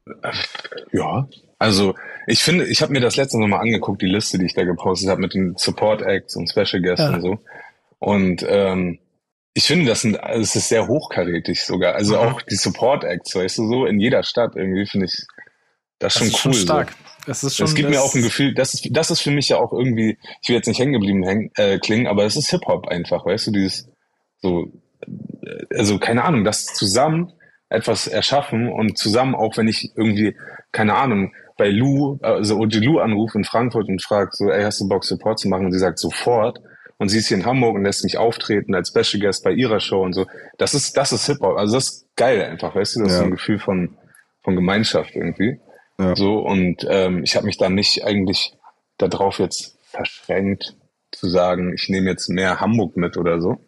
Ja, also ich finde, ich habe mir das letzte nochmal angeguckt, die Liste, die ich da gepostet habe mit den Support Acts und Special Guests und so. Und ich finde, es ist sehr hochkarätig sogar. Also auch die Support Acts, weißt du, so in jeder Stadt irgendwie finde ich das schon cool. Schon stark. So. Das gibt mir auch ein Gefühl, das ist für mich ja auch irgendwie, ich will jetzt nicht hängen geblieben klingen, aber es ist Hip-Hop einfach, weißt du, dieses so, also keine Ahnung, das zusammen etwas erschaffen und zusammen, auch wenn ich irgendwie, keine Ahnung, bei Lou, also OG Lou anrufe in Frankfurt und fragt so, ey, hast du Bock, Support zu machen? Und sie sagt sofort. Und sie ist hier in Hamburg und lässt mich auftreten als Special Guest bei ihrer Show und so. Das ist Hip-Hop. Also das ist geil einfach, weißt du? Das ist ein Gefühl von Gemeinschaft irgendwie. Ja. So, und ich habe mich da nicht eigentlich darauf jetzt verschränkt, zu sagen, ich nehme jetzt mehr Hamburg mit oder so.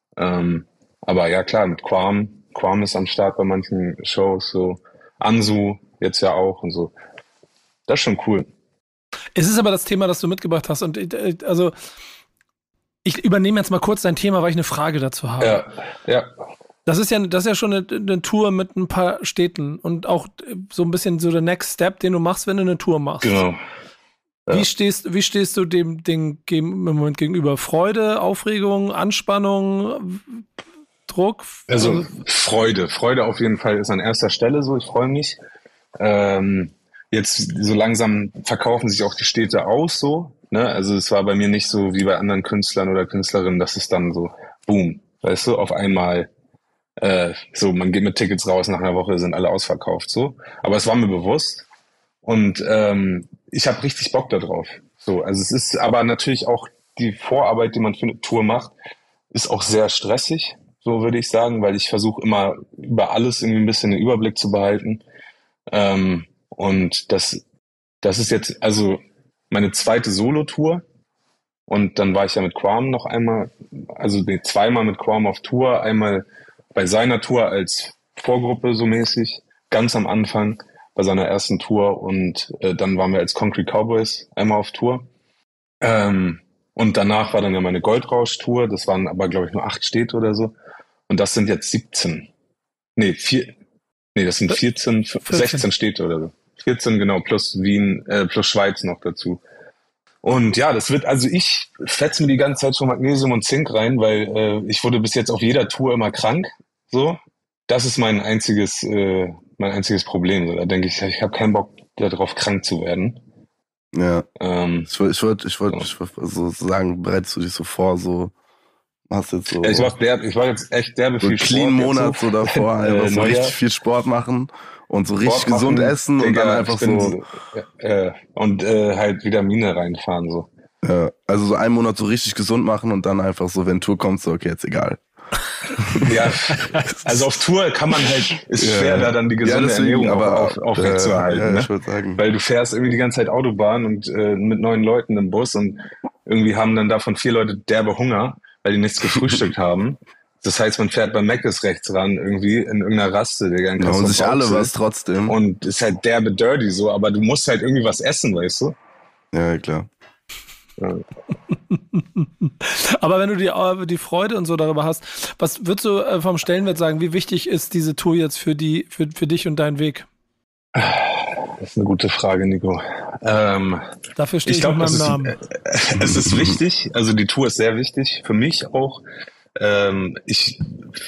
Aber ja, klar, mit Quam ist am Start bei manchen Shows, so Ansu jetzt ja auch und so. Das ist schon cool. Es ist aber das Thema, das du mitgebracht hast, und also ich übernehme jetzt mal kurz dein Thema, weil ich eine Frage dazu habe. Ja. Das ist ja schon eine Tour mit ein paar Städten und auch so ein bisschen so der Next Step, den du machst, wenn du eine Tour machst. Genau. Ja. Wie stehst du dem Ding im Moment gegenüber? Freude, Aufregung, Anspannung, Druck? Also Freude. Freude auf jeden Fall ist an erster Stelle so. Ich freue mich. Jetzt so langsam verkaufen sich auch die Städte aus so. Ne? Also es war bei mir nicht so wie bei anderen Künstlern oder Künstlerinnen, dass es dann so, boom, weißt du, auf einmal so, man geht mit Tickets raus, nach einer Woche sind alle ausverkauft, so. Aber es war mir bewusst und ich habe richtig Bock da drauf. So, also es ist aber natürlich auch die Vorarbeit, die man für eine Tour macht, ist auch sehr stressig, so würde ich sagen, weil ich versuche immer über alles irgendwie ein bisschen den Überblick zu behalten. Und das ist jetzt also meine zweite Solo-Tour. Und dann war ich ja mit Quam noch einmal, also zweimal mit Quam auf Tour, einmal bei seiner Tour als Vorgruppe so mäßig, ganz am Anfang bei seiner ersten Tour, und dann waren wir als Concrete Cowboys einmal auf Tour. Und danach war dann ja meine Goldrausch-Tour, das waren aber, glaube ich, nur 8 Städte oder so. Und das sind jetzt 17. Nee, Nee, das sind 14. 16 Städte oder so. 14, genau, plus Wien, plus Schweiz noch dazu. Und ja, das wird, also ich fetze mir die ganze Zeit schon Magnesium und Zink rein, weil ich wurde bis jetzt auf jeder Tour immer krank. So, das ist mein einziges Problem. So, da denke ich habe keinen Bock darauf, krank zu werden. Ja. Ich wollte so sagen, bereitest du dich so vor, so hast jetzt so. Ich war jetzt echt derbe viel Sport. Clean Monat so davor, einfach so richtig viel Sport machen und so richtig gesund essen und dann einfach so. Und halt Vitamine reinfahren, so. Ja, also so einen Monat so richtig gesund machen und dann einfach so, wenn Tour kommt, so, okay, jetzt egal. Ja, also auf Tour kann man halt, ist schwer, da dann die gesunde Ernährung aufrechtzuerhalten. Ja, ne? ich würde sagen. Weil du fährst irgendwie die ganze Zeit Autobahn und mit 9 Leuten im Bus und irgendwie haben dann davon 4 Leute derbe Hunger, weil die nichts gefrühstückt haben. Das heißt, man fährt bei Mc's rechts ran, irgendwie in irgendeiner Raste, Digga. Ja, und sich alle was trotzdem. Und ist halt derbe dirty so, aber du musst halt irgendwie was essen, weißt du? Ja, klar. Ja. Aber wenn du die Freude und so darüber hast, was würdest du vom Stellenwert sagen, wie wichtig ist diese Tour jetzt für dich und deinen Weg? Das ist eine gute Frage, Nico. Dafür stehe ich mit meinem Namen. Es ist wichtig, also die Tour ist sehr wichtig, für mich auch. Ich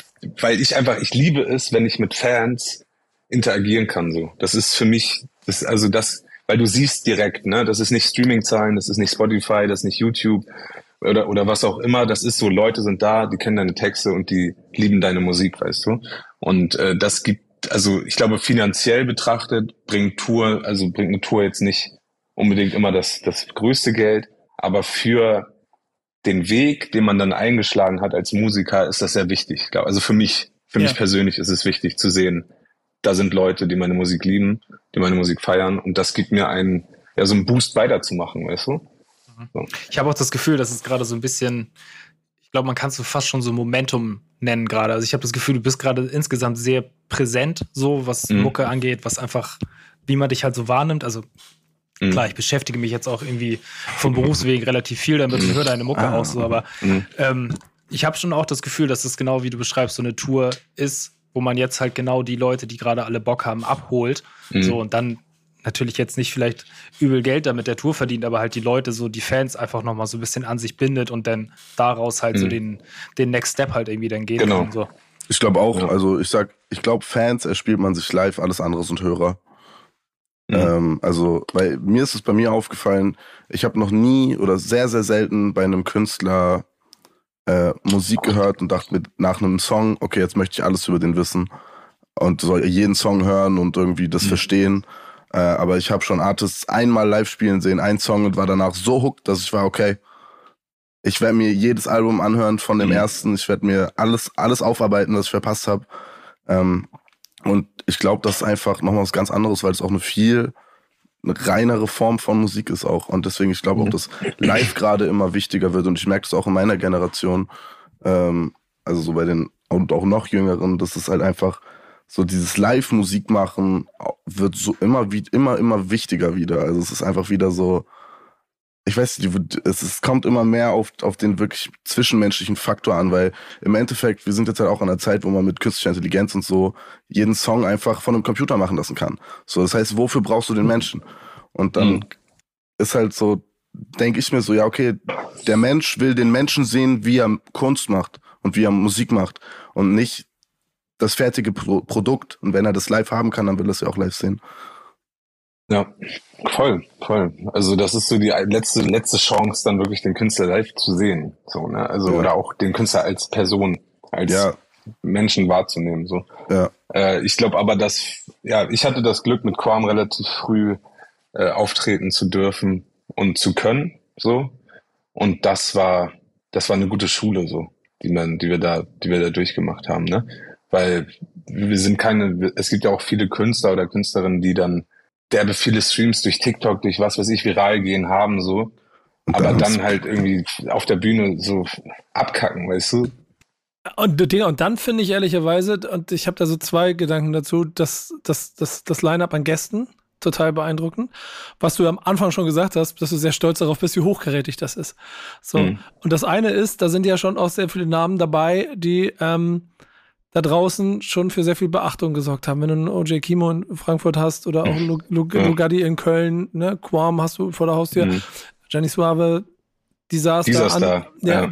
liebe es, wenn ich mit Fans interagieren kann, so. Das ist für mich, weil du siehst direkt, ne, das ist nicht Streaming-Zahlen, das ist nicht Spotify, das ist nicht YouTube oder was auch immer, das ist so, Leute sind da, die kennen deine Texte und die lieben deine Musik, weißt du. Und das gibt, also ich glaube, finanziell betrachtet bringt eine Tour jetzt nicht unbedingt immer das größte Geld, aber für den Weg, den man dann eingeschlagen hat als Musiker, ist das sehr wichtig. Ich glaube, also für mich persönlich ist es wichtig zu sehen, da sind Leute, die meine Musik lieben, die meine Musik feiern und das gibt mir so einen Boost weiterzumachen, weißt du? So. Ich habe auch das Gefühl, dass es gerade so ein bisschen, ich glaube, man kann es so fast schon so Momentum nennen gerade. Also ich habe das Gefühl, du bist gerade insgesamt sehr präsent, so was Mucke angeht, was einfach, wie man dich halt so wahrnimmt. Also klar, ich beschäftige mich jetzt auch irgendwie vom Berufswegen relativ viel damit und höre deine Mucke auch so, aber ich habe schon auch das Gefühl, dass es genau, wie du beschreibst, so eine Tour ist, wo man jetzt halt genau die Leute, die gerade alle Bock haben, abholt. So, und dann natürlich jetzt nicht vielleicht übel Geld damit der Tour verdient, aber halt die Leute, so die Fans einfach nochmal so ein bisschen an sich bindet und dann daraus halt so den Next Step halt irgendwie dann gehen kann. So. Ich glaube auch, also ich glaube, Fans erspielt man sich live, alles andere sind Hörer. Also, weil mir ist es bei mir aufgefallen, ich habe noch nie oder sehr, sehr selten bei einem Künstler Musik gehört und dachte mir nach einem Song, okay, jetzt möchte ich alles über den wissen und soll jeden Song hören und irgendwie das verstehen. Aber ich habe schon Artists einmal live spielen sehen, einen Song und war danach so hooked, dass ich war, okay, ich werde mir jedes Album anhören von dem ersten, ich werde mir alles aufarbeiten, was ich verpasst habe. Und ich glaube, das ist einfach nochmal was ganz anderes, weil es auch eine reinere Form von Musik ist auch. Und deswegen, ich glaube auch, dass live gerade immer wichtiger wird. Und ich merke das auch in meiner Generation, also so bei den und auch noch Jüngeren, dass es halt einfach so dieses Live-Musik machen wird so immer wichtiger wieder. Also es ist einfach wieder so, ich weiß nicht, es kommt immer mehr auf den wirklich zwischenmenschlichen Faktor an, weil im Endeffekt, wir sind jetzt halt auch an einer Zeit, wo man mit künstlicher Intelligenz und so jeden Song einfach von einem Computer machen lassen kann. So, das heißt, wofür brauchst du den Menschen? Und dann ist halt so, denke ich mir so, ja, okay, der Mensch will den Menschen sehen, wie er Kunst macht und wie er Musik macht und nicht das fertige Produkt. Und wenn er das live haben kann, dann will er es ja auch live sehen. Ja, voll. Also das ist so die letzte Chance, dann wirklich den Künstler live zu sehen. So, ne? Also oder auch den Künstler als Person, als Menschen wahrzunehmen. So. Ja. Ich glaube aber, ich hatte das Glück, mit Quam relativ früh auftreten zu dürfen und zu können. So. Und das war eine gute Schule, so, die wir da durchgemacht haben, ne? Weil es gibt ja auch viele Künstler oder Künstlerinnen, die dann derbe viele Streams durch TikTok, durch was weiß ich, viral gehen haben, so. Aber dann halt irgendwie auf der Bühne so abkacken, weißt du? Und dann finde ich ehrlicherweise, und ich habe da so 2 Gedanken dazu, dass das Line-Up an Gästen total beeindruckend. Was du am Anfang schon gesagt hast, dass du sehr stolz darauf bist, wie hochkarätig das ist. So. Und das eine ist, da sind ja schon auch sehr viele Namen dabei, die da draußen schon für sehr viel Beachtung gesorgt haben. Wenn du einen O.J. Kimo in Frankfurt hast oder auch Lugardi in Köln, ne? Quam hast du vor der Haustür, Gianni Suave, Disaster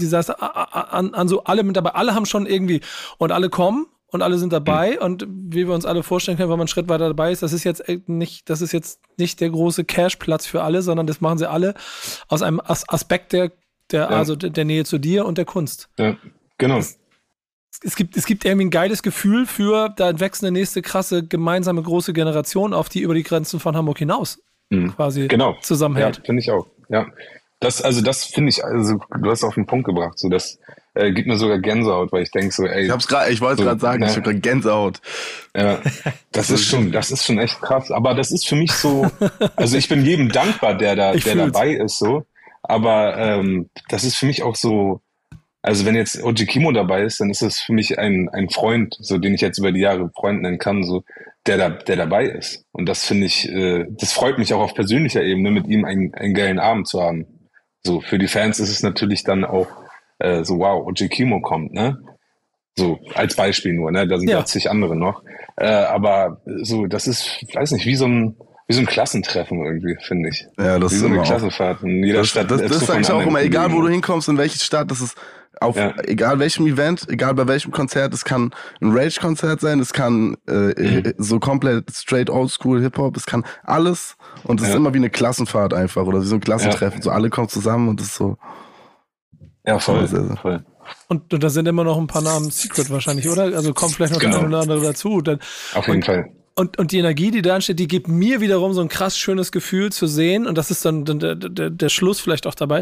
an so alle mit dabei. Alle haben schon irgendwie und alle kommen und alle sind dabei und wie wir uns alle vorstellen können, wenn man einen Schritt weiter dabei ist, das ist jetzt nicht der große Cash-Platz für alle, sondern das machen sie alle aus einem Aspekt also der Nähe zu dir und der Kunst. Ja, genau. Es gibt irgendwie ein geiles Gefühl für, da wächst eine nächste krasse gemeinsame große Generation auf, die über die Grenzen von Hamburg hinaus quasi zusammenhält. Ja, finde ich auch. Ja, das finde ich, also du hast auf den Punkt gebracht, so das gibt mir sogar Gänsehaut, weil ich denke so, ey. Ich wollte gerade sagen, ich habe gerade Gänsehaut. Ja, das ist schon echt krass. Aber das ist für mich so, also ich bin jedem dankbar, der dabei ist, so. Aber das ist für mich auch so. Also wenn jetzt O.J. Kimo dabei ist, dann ist es für mich ein Freund, so den ich jetzt über die Jahre Freund nennen kann, so der dabei ist. Und das finde ich, das freut mich auch auf persönlicher Ebene, mit ihm einen geilen Abend zu haben. So für die Fans ist es natürlich dann auch so, wow, O.J. Kimo kommt, ne? So als Beispiel nur, ne? Da sind ja zig andere noch. Aber so, das ist, weiß nicht, wie so ein Klassentreffen irgendwie, finde ich. Ja, das wie ist so eine immer Klassenfahrt in jeder Stadt. Das sage ich auch immer, egal wo du hinkommst, in welche Stadt, das ist egal welchem Event, egal bei welchem Konzert, es kann ein Rage-Konzert sein, es kann so komplett straight oldschool Hip-Hop, es kann alles und es ist immer wie eine Klassenfahrt einfach oder wie so ein Klassentreffen, so alle kommen zusammen und es ist so. Ja, voll. Und da sind immer noch ein paar Namen Secret wahrscheinlich, oder? Also kommt vielleicht noch der eine oder andere dazu. Auf jeden Fall. Und die Energie, die da entsteht, die gibt mir wiederum so ein krass schönes Gefühl zu sehen. Und das ist dann der Schluss vielleicht auch dabei.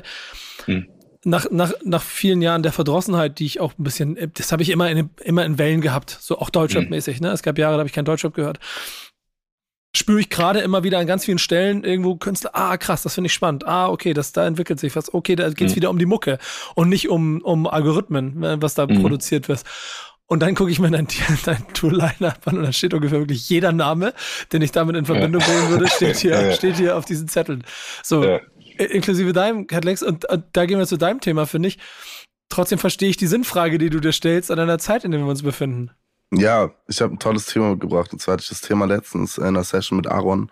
Nach vielen Jahren der Verdrossenheit, die ich auch ein bisschen, das habe ich immer in Wellen gehabt. So auch Deutschrap-mäßig, ne? Es gab Jahre, da habe ich kein Deutschrap gehört. Spüre ich gerade immer wieder an ganz vielen Stellen irgendwo Künstler, krass, das finde ich spannend. Okay, da entwickelt sich was. Okay, da geht's wieder um die Mucke und nicht um Algorithmen, was da produziert wird. Und dann gucke ich mir dein Tour-Line-Up an und da steht ungefähr wirklich jeder Name, den ich damit in Verbindung bringen würde, steht hier auf diesen Zetteln. So, inklusive deinem Catlex. Und da gehen wir zu deinem Thema, finde ich. Trotzdem verstehe ich die Sinnfrage, die du dir stellst an einer Zeit, in der wir uns befinden. Ja, ich habe ein tolles Thema mitgebracht. Und zwar hatte ich das Thema letztens in einer Session mit Aaron.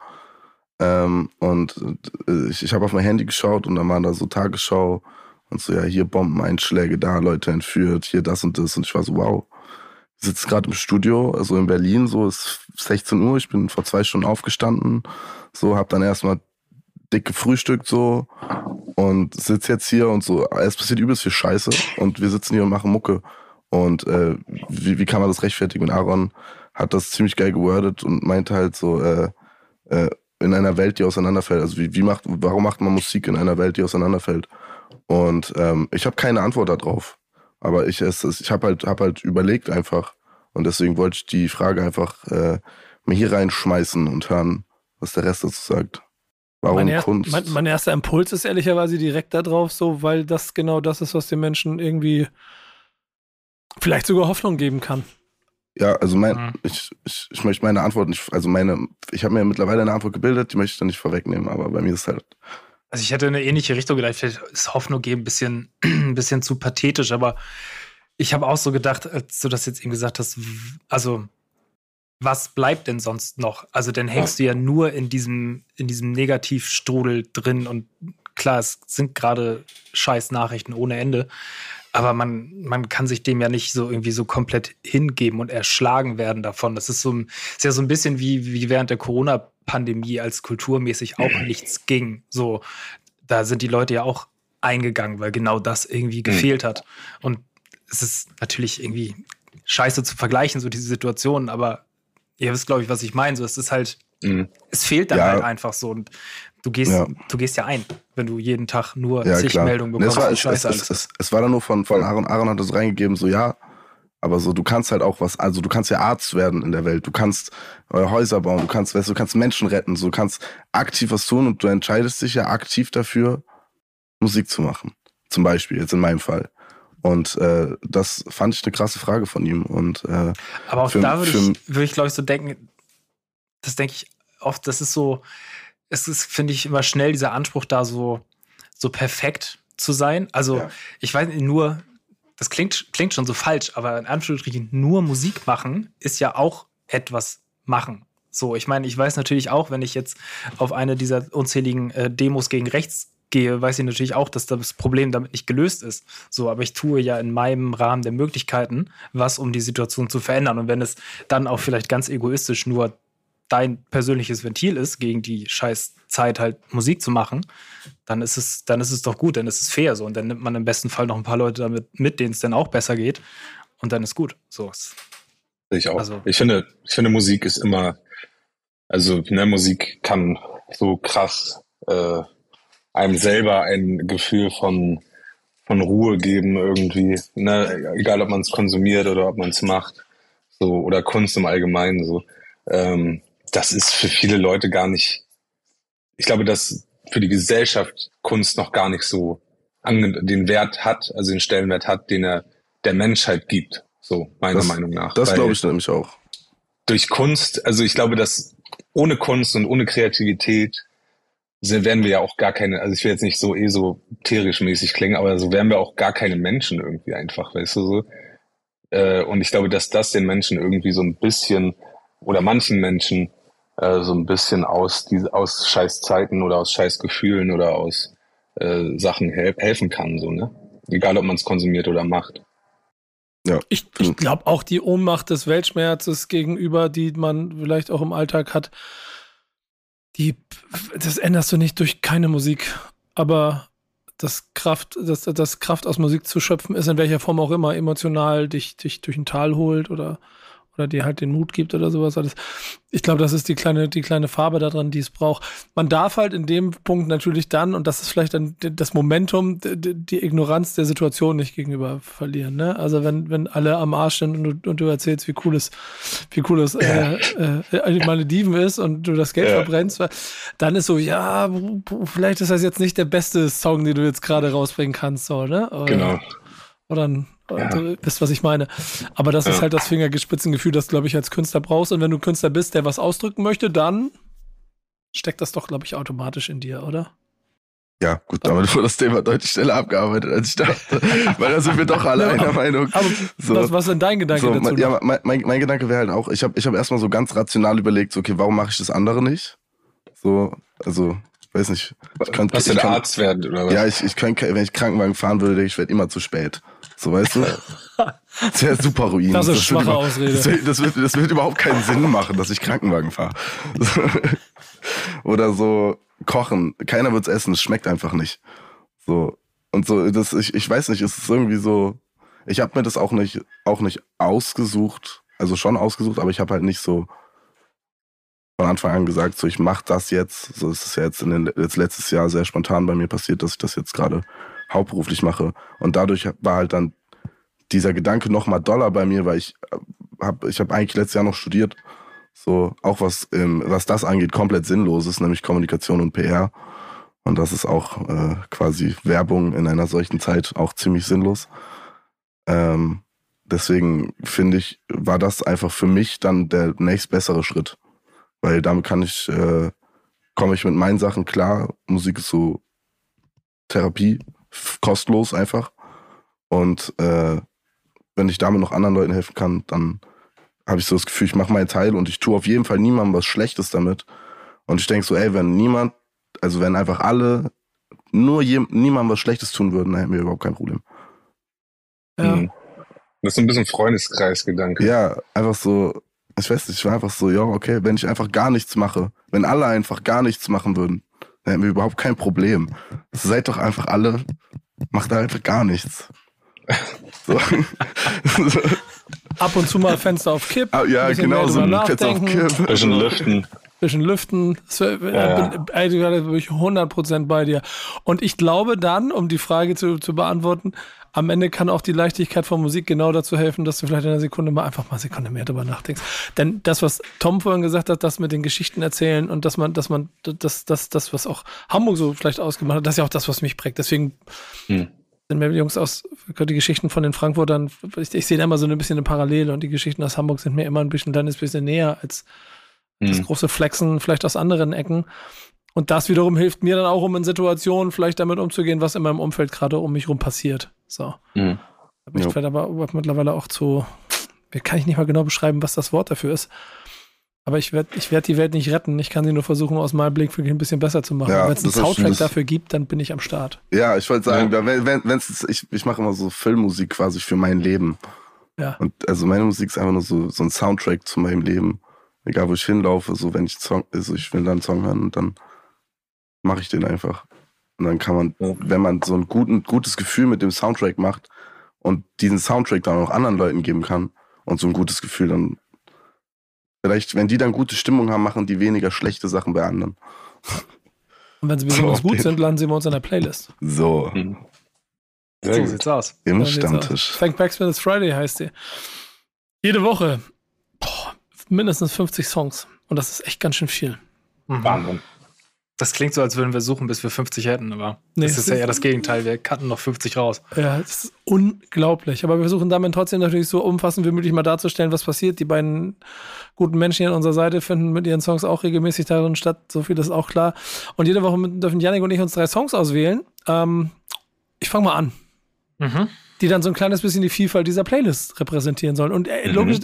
Und ich habe auf mein Handy geschaut und dann waren da so Tagesschau und so, ja, hier Bombeneinschläge, da Leute entführt, hier das und das. Und ich war so, wow. Ich sitze gerade im Studio, also in Berlin, so ist 16 Uhr, ich bin vor 2 Stunden aufgestanden, so, hab dann erstmal dick gefrühstückt, so, und sitze jetzt hier und so, es passiert übelst viel Scheiße und wir sitzen hier und machen Mucke. Und wie kann man das rechtfertigen? Und Aaron hat das ziemlich geil gewordet und meinte halt so, in einer Welt, die auseinanderfällt, also warum macht man Musik in einer Welt, die auseinanderfällt? Und ich habe keine Antwort darauf. Aber ich habe halt überlegt einfach. Und deswegen wollte ich die Frage einfach mir hier reinschmeißen und hören, was der Rest dazu sagt. Warum Kunst? Mein erster Impuls ist ehrlicherweise direkt da drauf, so, weil das genau das ist, was den Menschen irgendwie vielleicht sogar Hoffnung geben kann. Ja, also ich möchte meine Antwort nicht, ich habe mir mittlerweile eine Antwort gebildet, die möchte ich dann nicht vorwegnehmen, aber bei mir ist halt. Also ich hätte eine ähnliche Richtung gedacht, vielleicht ist Hoffnung geben ein bisschen zu pathetisch, aber ich habe auch so gedacht, als du das jetzt eben gesagt hast, also was bleibt denn sonst noch? Also dann hängst du ja nur in diesem Negativstrudel drin und klar, es sind gerade scheiß Nachrichten ohne Ende, aber man kann sich dem ja nicht so irgendwie so komplett hingeben und erschlagen werden davon. Das ist ja so ein bisschen wie während der Corona-Pandemie, als kulturmäßig auch nichts ging. So, da sind die Leute ja auch eingegangen, weil genau das irgendwie gefehlt hat. Und es ist natürlich irgendwie scheiße zu vergleichen, so diese Situationen, aber ihr wisst, glaube ich, was ich meine. So, es ist halt, es fehlt dann halt einfach so. Und du gehst ja ein, wenn du jeden Tag nur zig Meldungen bekommst. Es war dann nur von Aaron. Aaron hat das reingegeben, so ja, aber so, du kannst halt auch du kannst ja Arzt werden in der Welt, du kannst Häuser bauen, du kannst Menschen retten, so, du kannst aktiv was tun und du entscheidest dich ja aktiv dafür, Musik zu machen. Zum Beispiel, jetzt in meinem Fall. Und das fand ich eine krasse Frage von ihm. Und, aber auch da würde ich glaube ich, so denken, das denke ich oft, das ist so, es ist, finde ich, immer schnell dieser Anspruch da, so perfekt zu sein. Also ich weiß nicht, nur das klingt schon so falsch, aber in Anführungsstrichen nur Musik machen ist ja auch etwas machen. So, ich meine, ich weiß natürlich auch, wenn ich jetzt auf eine dieser unzähligen Demos gegen rechts gehe, weiß ich natürlich auch, dass das Problem damit nicht gelöst ist. So, aber ich tue ja in meinem Rahmen der Möglichkeiten was, um die Situation zu verändern. Und wenn es dann auch vielleicht ganz egoistisch nur dein persönliches Ventil ist, gegen die scheiß Zeit halt Musik zu machen, dann ist es doch gut, dann ist es fair so. Und dann nimmt man im besten Fall noch ein paar Leute damit mit, denen es dann auch besser geht. Und dann ist gut. So. Ich auch. Also, ich finde, Musik ist immer, also Musik kann so krass einem selber ein Gefühl von Ruhe geben irgendwie, ne? Egal ob man es konsumiert oder ob man es macht, so, oder Kunst im Allgemeinen, so. Das ist für viele Leute gar nicht, ich glaube, dass für die Gesellschaft Kunst noch gar nicht so den Wert hat, also den Stellenwert hat, den er der Menschheit gibt, so meiner Meinung nach. Das glaube ich nämlich auch. Durch Kunst, also ich glaube, dass ohne Kunst und ohne Kreativität werden wir ja auch gar keine, also ich will jetzt nicht so esoterisch mäßig klingen, aber so wären wir auch gar keine Menschen irgendwie einfach, weißt du so. Und ich glaube, dass das den Menschen irgendwie so ein bisschen, oder manchen Menschen so ein bisschen aus Scheißzeiten oder aus Scheißgefühlen oder aus Sachen helfen kann, so, ne? Egal, ob man es konsumiert oder macht. Ja. Ich glaube auch die Ohnmacht des Weltschmerzes gegenüber, die man vielleicht auch im Alltag hat, das änderst du nicht durch keine Musik. Aber das Kraft aus Musik zu schöpfen ist, in welcher Form auch immer, emotional dich durch ein Tal holt oder dir halt den Mut gibt oder sowas alles. Ich glaube, das ist die kleine Farbe da dran, die es braucht. Man darf halt in dem Punkt natürlich dann, und das ist vielleicht dann das Momentum, die Ignoranz der Situation nicht gegenüber verlieren, ne? Also wenn alle am Arsch sind und du erzählst, wie cool es die Malediven ist und du das Geld verbrennst, dann ist so, ja, vielleicht ist das jetzt nicht der beste Song, den du jetzt gerade rausbringen kannst, so, ne? Genau. Oder du wisst, was ich meine. Aber das ist halt das Fingergespitzengefühl, das, glaube ich, als Künstler brauchst. Und wenn du ein Künstler bist, der was ausdrücken möchte, dann steckt das doch, glaube ich, automatisch in dir, oder? Ja, gut, damit wurde das Thema deutlich schneller abgearbeitet, als ich dachte. Weil da sind wir doch alle einer Meinung. Aber so, was ist denn dein Gedanke dazu? Ja, mein Gedanke wäre halt auch, ich hab erstmal so ganz rational überlegt, so, okay, warum mache ich das andere nicht? So, also, weiß nicht. Was denn Arzt werden, oder was? Ja, ich kann, wenn ich Krankenwagen fahren würde, ich werde immer zu spät. So, weißt du? Das wäre super ruin. Das ist eine schwache Ausrede. Das wird überhaupt keinen Sinn machen, dass ich Krankenwagen fahre. Oder so kochen. Keiner wird's essen, es schmeckt einfach nicht. So. Und so, ich weiß nicht, es ist irgendwie so, ich habe mir das auch nicht ausgesucht, also schon ausgesucht, aber ich habe halt nicht so von Anfang an gesagt, so ich mache das jetzt. So ist es ja jetzt letztes Jahr sehr spontan bei mir passiert, dass ich das jetzt gerade hauptberuflich mache. Und dadurch war halt dann dieser Gedanke noch mal doller bei mir, weil ich habe eigentlich letztes Jahr noch studiert. So, auch was das angeht, komplett sinnlos ist, nämlich Kommunikation und PR. Und das ist auch quasi Werbung in einer solchen Zeit auch ziemlich sinnlos. Deswegen finde ich, war das einfach für mich dann der nächstbessere Schritt. Weil damit komme ich mit meinen Sachen klar. Musik ist so Therapie, kostenlos einfach. Und wenn ich damit noch anderen Leuten helfen kann, dann habe ich so das Gefühl, ich mache meinen Teil und ich tue auf jeden Fall niemandem was Schlechtes damit. Und ich denke so, ey, wenn einfach alle niemandem was Schlechtes tun würden, dann hätten wir überhaupt kein Problem. Ja. Das ist so ein bisschen Freundeskreisgedanke. Ja, einfach so, ich weiß nicht, ich war einfach so, ja, okay, wenn ich einfach gar nichts mache, wenn alle einfach gar nichts machen würden, dann hätten wir überhaupt kein Problem. Seid doch einfach alle, macht da einfach gar nichts. So. Ab und zu mal Fenster auf Kipp. Ja, genau, so ein Fenster auf Kipp. Bisschen lüften. Bin ich 100% bei dir. Und ich glaube dann, um die Frage zu beantworten, am Ende kann auch die Leichtigkeit von Musik genau dazu helfen, dass du vielleicht in einer Sekunde mal eine Sekunde mehr drüber nachdenkst. Denn das, was Tom vorhin gesagt hat, das mit den Geschichten erzählen und dass man das, was auch Hamburg so vielleicht ausgemacht hat, das ist ja auch das, was mich prägt. Deswegen sind mir Jungs die Geschichten von den Frankfurtern, ich sehe da immer so ein bisschen eine Parallele und die Geschichten aus Hamburg sind mir immer ein kleines bisschen näher als das große Flexen vielleicht aus anderen Ecken. Und das wiederum hilft mir dann auch, um in Situationen vielleicht damit umzugehen, was in meinem Umfeld gerade um mich rum passiert. So. Ich werde aber mittlerweile auch kann ich nicht mal genau beschreiben, was das Wort dafür ist. Aber ich werd die Welt nicht retten. Ich kann sie nur versuchen, aus meinem Blickwinkel ein bisschen besser zu machen. Ja, wenn es einen Soundtrack dafür gibt, dann bin ich am Start. Ja, ich wollte sagen, ich mache immer so Filmmusik quasi für mein Leben. Ja. Und also meine Musik ist einfach nur so ein Soundtrack zu meinem Leben. Egal, wo ich hinlaufe, so wenn ich ich will dann einen Song hören und dann mache ich den einfach. Und dann kann man, wenn man so ein gutes Gefühl mit dem Soundtrack macht und diesen Soundtrack dann auch anderen Leuten geben kann und so ein gutes Gefühl, dann vielleicht, wenn die dann gute Stimmung haben, machen die weniger schlechte Sachen bei anderen. Und wenn sie besonders gut sind, landen sie bei uns in der Playlist. So. So sieht's aus. Im Stammtisch. Thank Backspin is Friday heißt die. Jede Woche mindestens 50 Songs. Und das ist echt ganz schön viel. Wahnsinn. Das klingt so, als würden wir suchen, bis wir 50 hätten, aber das ist ja eher das Gegenteil. Wir cutten noch 50 raus. Ja, das ist unglaublich. Aber wir versuchen damit trotzdem natürlich so umfassend wie möglich mal darzustellen, was passiert. Die beiden guten Menschen hier an unserer Seite finden mit ihren Songs auch regelmäßig darin statt. So viel ist auch klar. Und jede Woche dürfen Yannick und ich uns 3 Songs auswählen. Ich fange mal an. Die dann so ein kleines bisschen die Vielfalt dieser Playlist repräsentieren sollen. Und logisch,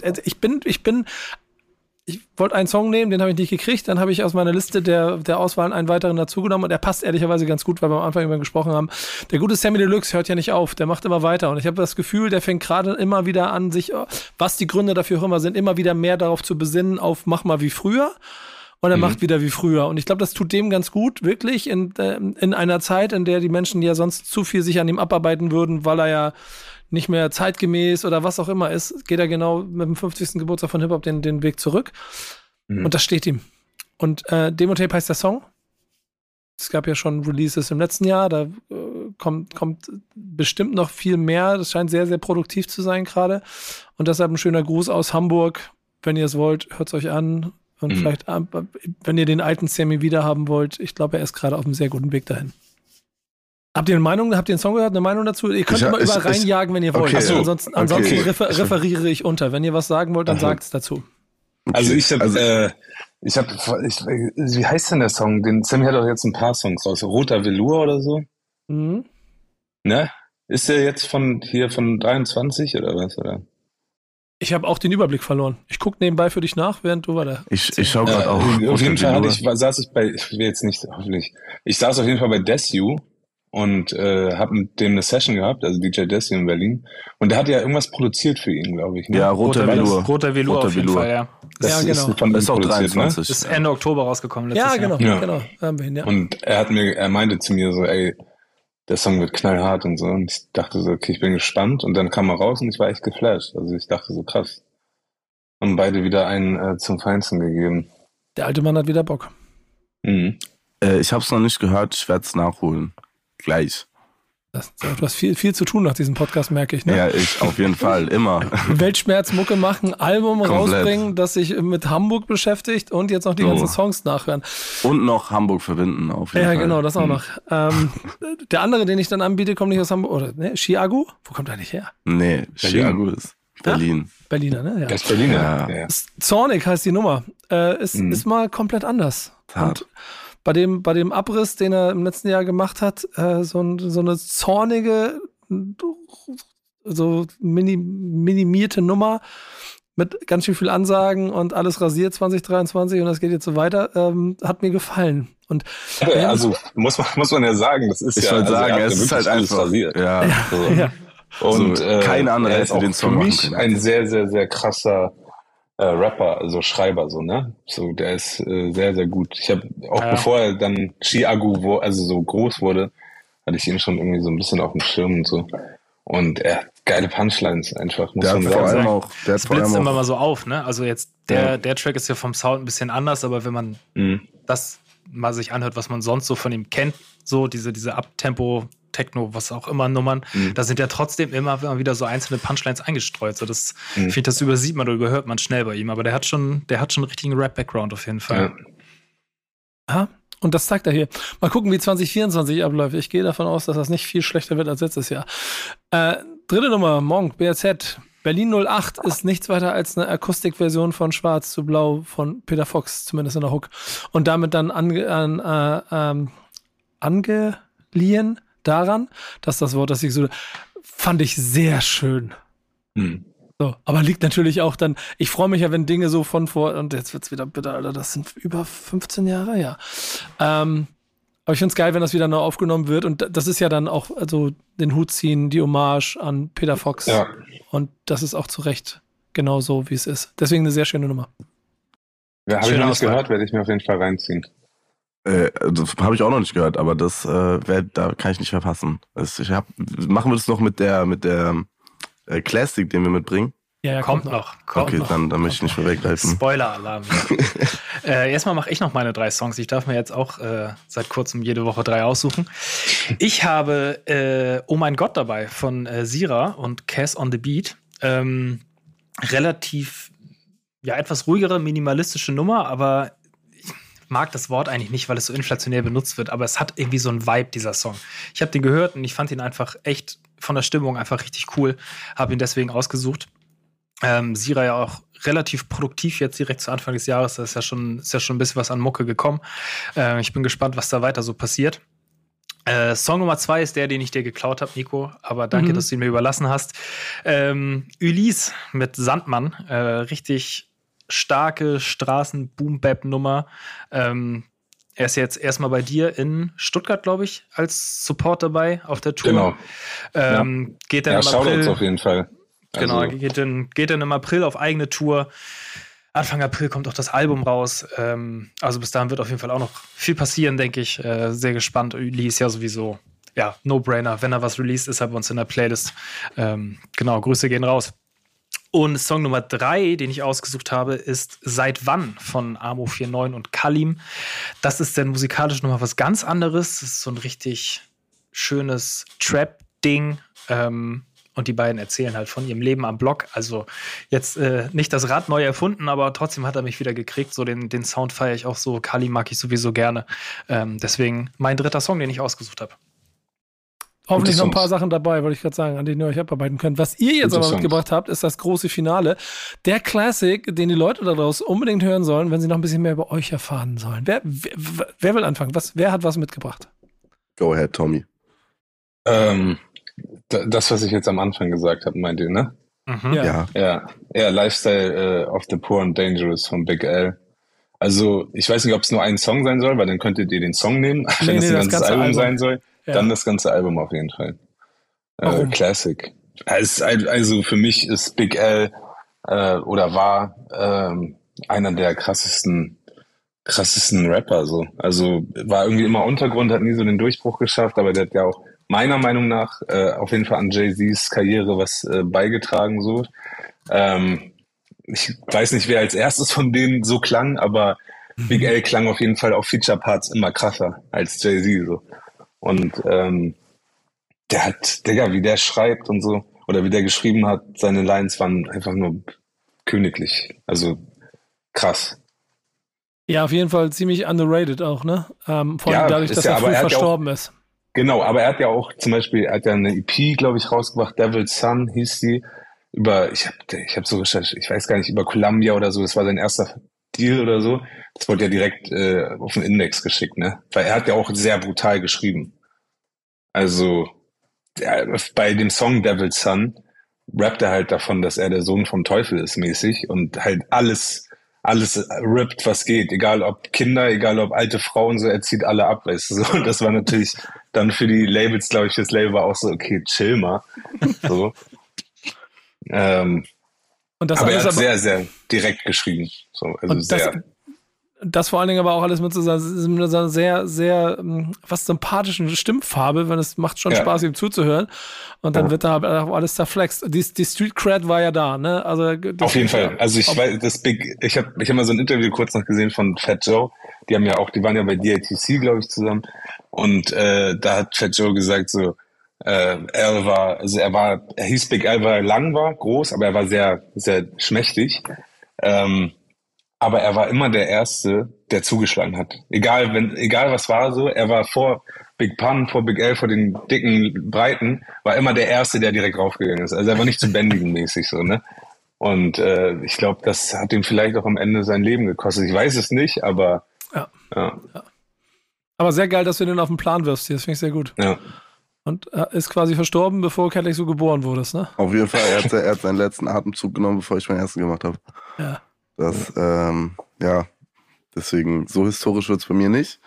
ich wollte einen Song nehmen, den habe ich nicht gekriegt, dann habe ich aus meiner Liste der Auswahlen einen weiteren dazugenommen und er passt ehrlicherweise ganz gut, weil wir am Anfang über ihn gesprochen haben. Der gute Samy Deluxe hört ja nicht auf, der macht immer weiter und ich habe das Gefühl, der fängt gerade immer wieder an, sich, was die Gründe dafür auch immer sind, immer wieder mehr darauf zu besinnen, auf mach mal wie früher. Und er macht wieder wie früher. Und ich glaube, das tut dem ganz gut, wirklich, in einer Zeit, in der die Menschen ja sonst zu viel sich an ihm abarbeiten würden, weil er ja nicht mehr zeitgemäß oder was auch immer ist, geht er genau mit dem 50. Geburtstag von Hip-Hop den Weg zurück. Und das steht ihm. Und Demo-Tape heißt der Song. Es gab ja schon Releases im letzten Jahr, da kommt bestimmt noch viel mehr. Das scheint sehr, sehr produktiv zu sein gerade. Und deshalb ein schöner Gruß aus Hamburg. Wenn ihr es wollt, hört es euch an. Und vielleicht, wenn ihr den alten Sammy wieder haben wollt, ich glaube, er ist gerade auf einem sehr guten Weg dahin. Habt ihr eine Meinung? Habt ihr den Song gehört? Eine Meinung dazu? Ihr könnt immer überall reinjagen, wenn ihr wollt. Okay, ansonsten referiere ich unter. Wenn ihr was sagen wollt, dann sagt es dazu. Also wie heißt denn der Song? Sammy hat doch jetzt ein paar Songs raus. Roter Velour oder so? Ne? Ist der jetzt von 23 oder was? Oder? Ich habe auch den Überblick verloren. Ich gucke nebenbei für dich nach, während du weiter. Ich schaue gerade auch. Auf jeden Fall ich saß auf jeden Fall bei Desu und habe mit dem eine Session gehabt, also DJ Desu in Berlin. Und der hat ja irgendwas produziert für ihn, glaube ich. Ne? Ja, Roter Velour. Roter Velour auf jeden Fall, ja. Das genau. Ist auch 23. Ne? Ist Ende Oktober rausgekommen letztes Jahr. Genau. Haben wir ihn, ja. Und er meinte zu mir so, ey, der Song wird knallhart und so. Und ich dachte so, okay, ich bin gespannt. Und dann kam er raus und ich war echt geflasht. Also ich dachte so, krass. Haben beide wieder einen zum Feinsten gegeben. Der alte Mann hat wieder Bock. Ich habe es noch nicht gehört. Ich werde es nachholen. Gleich. Du hast viel, viel zu tun nach diesem Podcast, merke ich. Ne? Ja, ich auf jeden Fall. Immer. Weltschmerzmucke machen, Album Komplett rausbringen, das sich mit Hamburg beschäftigt und jetzt noch die ganzen Songs nachhören. Und noch Hamburg verbinden auf jeden Fall. Ja, genau, das auch noch. Der andere, den ich dann anbiete, kommt nicht aus Hamburg. Oder, ne? Chiago? Wo kommt er nicht her? Nee, Chiago ist Berlin. Berliner, ne? Ja. Der ist Berliner. Ja. Zornig heißt die Nummer. Ist mal komplett anders. Hart. Und bei dem Abriss, den er im letzten Jahr gemacht hat, so eine zornige, so minimierte Nummer mit ganz schön viel Ansagen und alles rasiert 2023 und das geht jetzt so weiter, hat mir gefallen. Und also muss man ja sagen, das ist ich wollte sagen, es ist halt einfach rasiert. Ja. Und kein anderer hätte den Song für machen mich können. ein sehr, sehr, sehr krasser Rapper, also Schreiber, so, ne? So, der ist sehr, sehr gut. Ich habe auch bevor er dann Chiago also so groß wurde, hatte ich ihn schon irgendwie so ein bisschen auf dem Schirm und so. Und er hat geile Punchlines einfach, muss man sagen. Das blitzt immer mal so auf, ne? Also jetzt, der Track ist ja vom Sound ein bisschen anders, aber wenn man das mal sich anhört, was man sonst so von ihm kennt, so diese Abtempo, Techno, was auch immer Nummern, da sind ja trotzdem immer wieder so einzelne Punchlines eingestreut. So das, ich finde, das übersieht man oder überhört man schnell bei ihm, aber der hat schon einen richtigen Rap-Background auf jeden Fall. Ja. Und das zeigt er hier. Mal gucken, wie 2024 abläuft. Ich gehe davon aus, dass das nicht viel schlechter wird als letztes Jahr. Dritte Nummer, Monk, BRZ. Berlin 08 ist nichts weiter als eine Akustikversion von Schwarz zu Blau von Peter Fox, zumindest in der Hook. Und damit dann angeliehen daran, dass das Wort, das ich so fand ich sehr schön. So, aber liegt natürlich auch dann, ich freue mich ja, wenn Dinge so von vor, und jetzt wird's wieder bitter, Alter, das sind über 15 Jahre, ja. Aber ich finde es geil, wenn das wieder neu aufgenommen wird und das ist ja dann auch, also den Hut ziehen, die Hommage an Peter Fox. Ja. Und das ist auch zu Recht genau so, wie es ist. Deswegen eine sehr schöne Nummer. Ja, habe ich noch nicht gehört, werde ich mir auf jeden Fall reinziehen. Das habe ich auch noch nicht gehört, aber das da kann ich nicht verpassen. Machen wir das noch mit der Classic, den wir mitbringen? Ja, kommt noch. Okay, dann möchte ich nicht vorweggreifen. Spoiler-Alarm. Erstmal mache ich noch meine 3 Songs. Ich darf mir jetzt auch seit kurzem jede Woche 3 aussuchen. Ich habe Oh mein Gott dabei von Sira und Cass on the Beat. Relativ, ja, etwas ruhigere, minimalistische Nummer, aber ich mag das Wort eigentlich nicht, weil es so inflationär benutzt wird, aber es hat irgendwie so einen Vibe, dieser Song. Ich habe den gehört und ich fand ihn einfach echt von der Stimmung einfach richtig cool. Habe ihn deswegen ausgesucht. Sira ja auch relativ produktiv jetzt direkt zu Anfang des Jahres. Da ist ja schon ein bisschen was an Mucke gekommen. Ich bin gespannt, was da weiter so passiert. Song Nummer 2 ist der, den ich dir geklaut habe, Nico. Aber danke, dass du ihn mir überlassen hast. Ulysse mit Sandmann. Richtig starke Straßen-Boom-Bap-Nummer. Er ist jetzt erstmal bei dir in Stuttgart, glaube ich, als Support dabei auf der Tour. Genau. Geht dann im Shoutouts auf jeden Fall. Genau, geht dann im April auf eigene Tour. Anfang April kommt auch das Album raus. Also bis dahin wird auf jeden Fall auch noch viel passieren, denke ich. Sehr gespannt. Ulysse ja sowieso, ja, No-Brainer. Wenn er was released, ist er bei uns in der Playlist. Genau, Grüße gehen raus. Und Song Nummer 3, den ich ausgesucht habe, ist Seit wann von Amo49 und Kalim. Das ist dann musikalisch nochmal was ganz anderes. Das ist so ein richtig schönes Trap-Ding. Und die beiden erzählen halt von ihrem Leben am Block. Also jetzt nicht das Rad neu erfunden, aber trotzdem hat er mich wieder gekriegt. So den Sound feiere ich auch so. Kali mag ich sowieso gerne. Deswegen mein 3. Song, den ich ausgesucht habe. Hoffentlich noch ein paar Sachen dabei, wollte ich gerade sagen, an denen ihr euch abarbeiten könnt. Was ihr jetzt aber mitgebracht habt, ist das große Finale. Der Classic, den die Leute daraus unbedingt hören sollen, wenn sie noch ein bisschen mehr über euch erfahren sollen. Wer will anfangen? Wer hat was mitgebracht? Go ahead, Tommy. Das, was ich jetzt am Anfang gesagt habe, meint ihr, ne? Ja, Lifestyle of the Poor and Dangerous von Big L. Also, ich weiß nicht, ob es nur ein Song sein soll, weil dann könntet ihr den Song nehmen. Wenn es ein ganzes Album sein soll, dann das ganze Album auf jeden Fall. Classic. Also für mich ist Big L oder war einer der krassesten Rapper. So. Also war irgendwie immer Untergrund, hat nie so den Durchbruch geschafft, aber der hat ja auch meiner Meinung nach auf jeden Fall an Jay-Z's Karriere was beigetragen. So. Ich weiß nicht, wer als erstes von denen so klang, aber Big L klang auf jeden Fall auf Feature-Parts immer krasser als Jay-Z. So. Und der hat, Digga, wie der schreibt und so, oder wie der geschrieben hat, seine Lines waren einfach nur königlich. Also krass. Ja, auf jeden Fall ziemlich underrated auch, ne? Vor allem dadurch, dass er früh verstorben ist. Genau, aber er hat ja auch zum Beispiel, er hat ja eine EP, glaube ich, rausgebracht, Devil's Son hieß die, ich hab so recherchiert, ich weiß gar nicht, über Columbia oder so, das war sein erster Deal oder so. Das wurde ja direkt auf den Index geschickt, ne? Weil er hat ja auch sehr brutal geschrieben. Also bei dem Song Devil's Son rappt er halt davon, dass er der Sohn vom Teufel ist mäßig und halt alles rippt, was geht. Egal ob Kinder, egal ob alte Frauen, so, er zieht alle ab, weißt du, so. Und das war natürlich dann für die Labels, glaube ich, das Label war auch so, okay, chill mal. So. Und das aber er hat sehr, sehr direkt geschrieben. So, also sehr. Das vor allen Dingen aber auch alles mit so einer sehr, sehr fast sympathischen Stimmfarbe, weil es macht schon Spaß, ihm zuzuhören. Und dann wird da auch alles zerflext. Die Street Cred war ja da, ne? Also auf jeden Fall. Also ich weiß, ich hab mal so ein Interview kurz noch gesehen von Fat Joe. Die waren ja bei DATC, glaube ich, zusammen. Und da hat Fat Joe gesagt so, er hieß Big L, weil er lang war, groß, aber er war sehr, sehr schmächtig. Aber er war immer der Erste, der zugeschlagen hat. Egal was war so, er war vor Big Pun, vor Big L, vor den dicken Breiten, war immer der Erste, der direkt raufgegangen ist. Also er war nicht zu bändigen mäßig so, ne? Und ich glaube, das hat ihm vielleicht auch am Ende sein Leben gekostet. Ich weiß es nicht, aber ja. Aber sehr geil, dass du den auf den Plan wirfst hier. Das finde ich sehr gut. Ja. Und ist quasi verstorben, bevor Cadillac so geboren wurdest, ne? Auf jeden Fall, er hat seinen letzten Atemzug genommen, bevor ich meinen ersten gemacht habe. Ja. Das, deswegen, so historisch wird es bei mir nicht.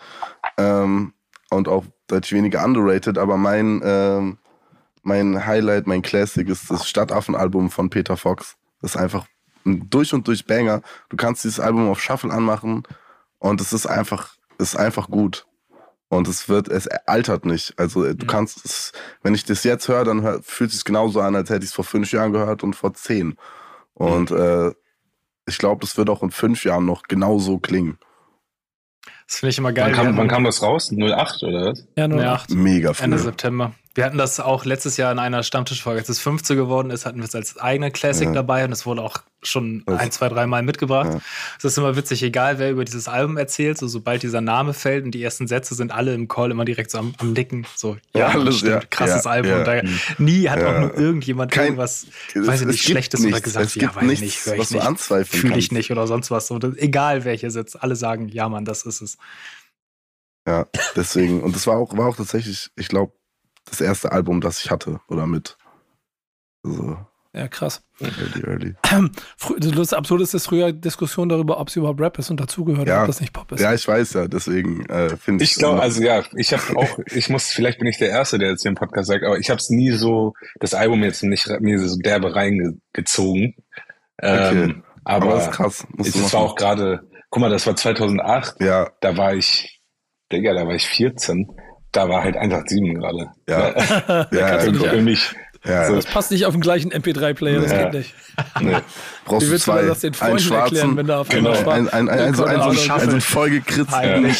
Und auch deutlich weniger underrated, aber mein Highlight, mein Classic ist das Stadtaffen-Album von Peter Fox. Das ist einfach ein durch und durch Banger. Du kannst dieses Album auf Shuffle anmachen und es ist einfach gut. Und es altert nicht. Also du kannst es, wenn ich das jetzt höre, dann fühlt es sich genauso an, als hätte ich es vor 5 Jahren gehört und vor 10. Und ich glaube, das wird auch in 5 Jahren noch genauso klingen. Das finde ich immer geil. Wann kam das raus? 08 oder was? Ja, 08. Mega früh. Ende September. Wir hatten das auch letztes Jahr in einer Stammtischfolge. Als es 15 geworden ist, hatten wir es als eigene Classic dabei und es wurde auch schon 1, 2, 3 Mal mitgebracht. Ja. Es ist immer witzig, egal wer über dieses Album erzählt, sobald dieser Name fällt und die ersten Sätze sind alle im Call immer direkt so am Nicken. So, alles, stimmt, krasses Album. Ja. Und da nie hat auch nur irgendjemand irgendwas, weiß ich nicht, Schlechtes oder gesagt, es gibt nichts, was du anzweifeln kannst. Fühle ich nicht oder sonst was. So, egal wer hier sitzt, alle sagen, ja Mann, das ist es. Ja, deswegen. Und das war auch tatsächlich, ich glaube, das erste Album, das ich hatte, oder mit. Also, ja, krass. Early. Das Absurde ist, dass früher Diskussion darüber, ob es überhaupt Rap ist und dazugehört, ob das nicht Pop ist. Ja, ich weiß ja, deswegen finde ich. Ich glaube, vielleicht bin ich der Erste, der jetzt hier im Podcast sagt, aber ich habe es nie so, das Album jetzt nicht mir so derbe reingezogen. Okay. Aber das ist krass. Es war auch gerade, guck mal, das war 2008. Ja. Da war ich 14. Da war halt 187 gerade. Ja. Für mich. Ja. So. Das passt nicht auf den gleichen MP3-Player, das geht nicht. Nee. Brauchst du zwei, das den Freunden erklären, wenn da auf einen vollgekritzten.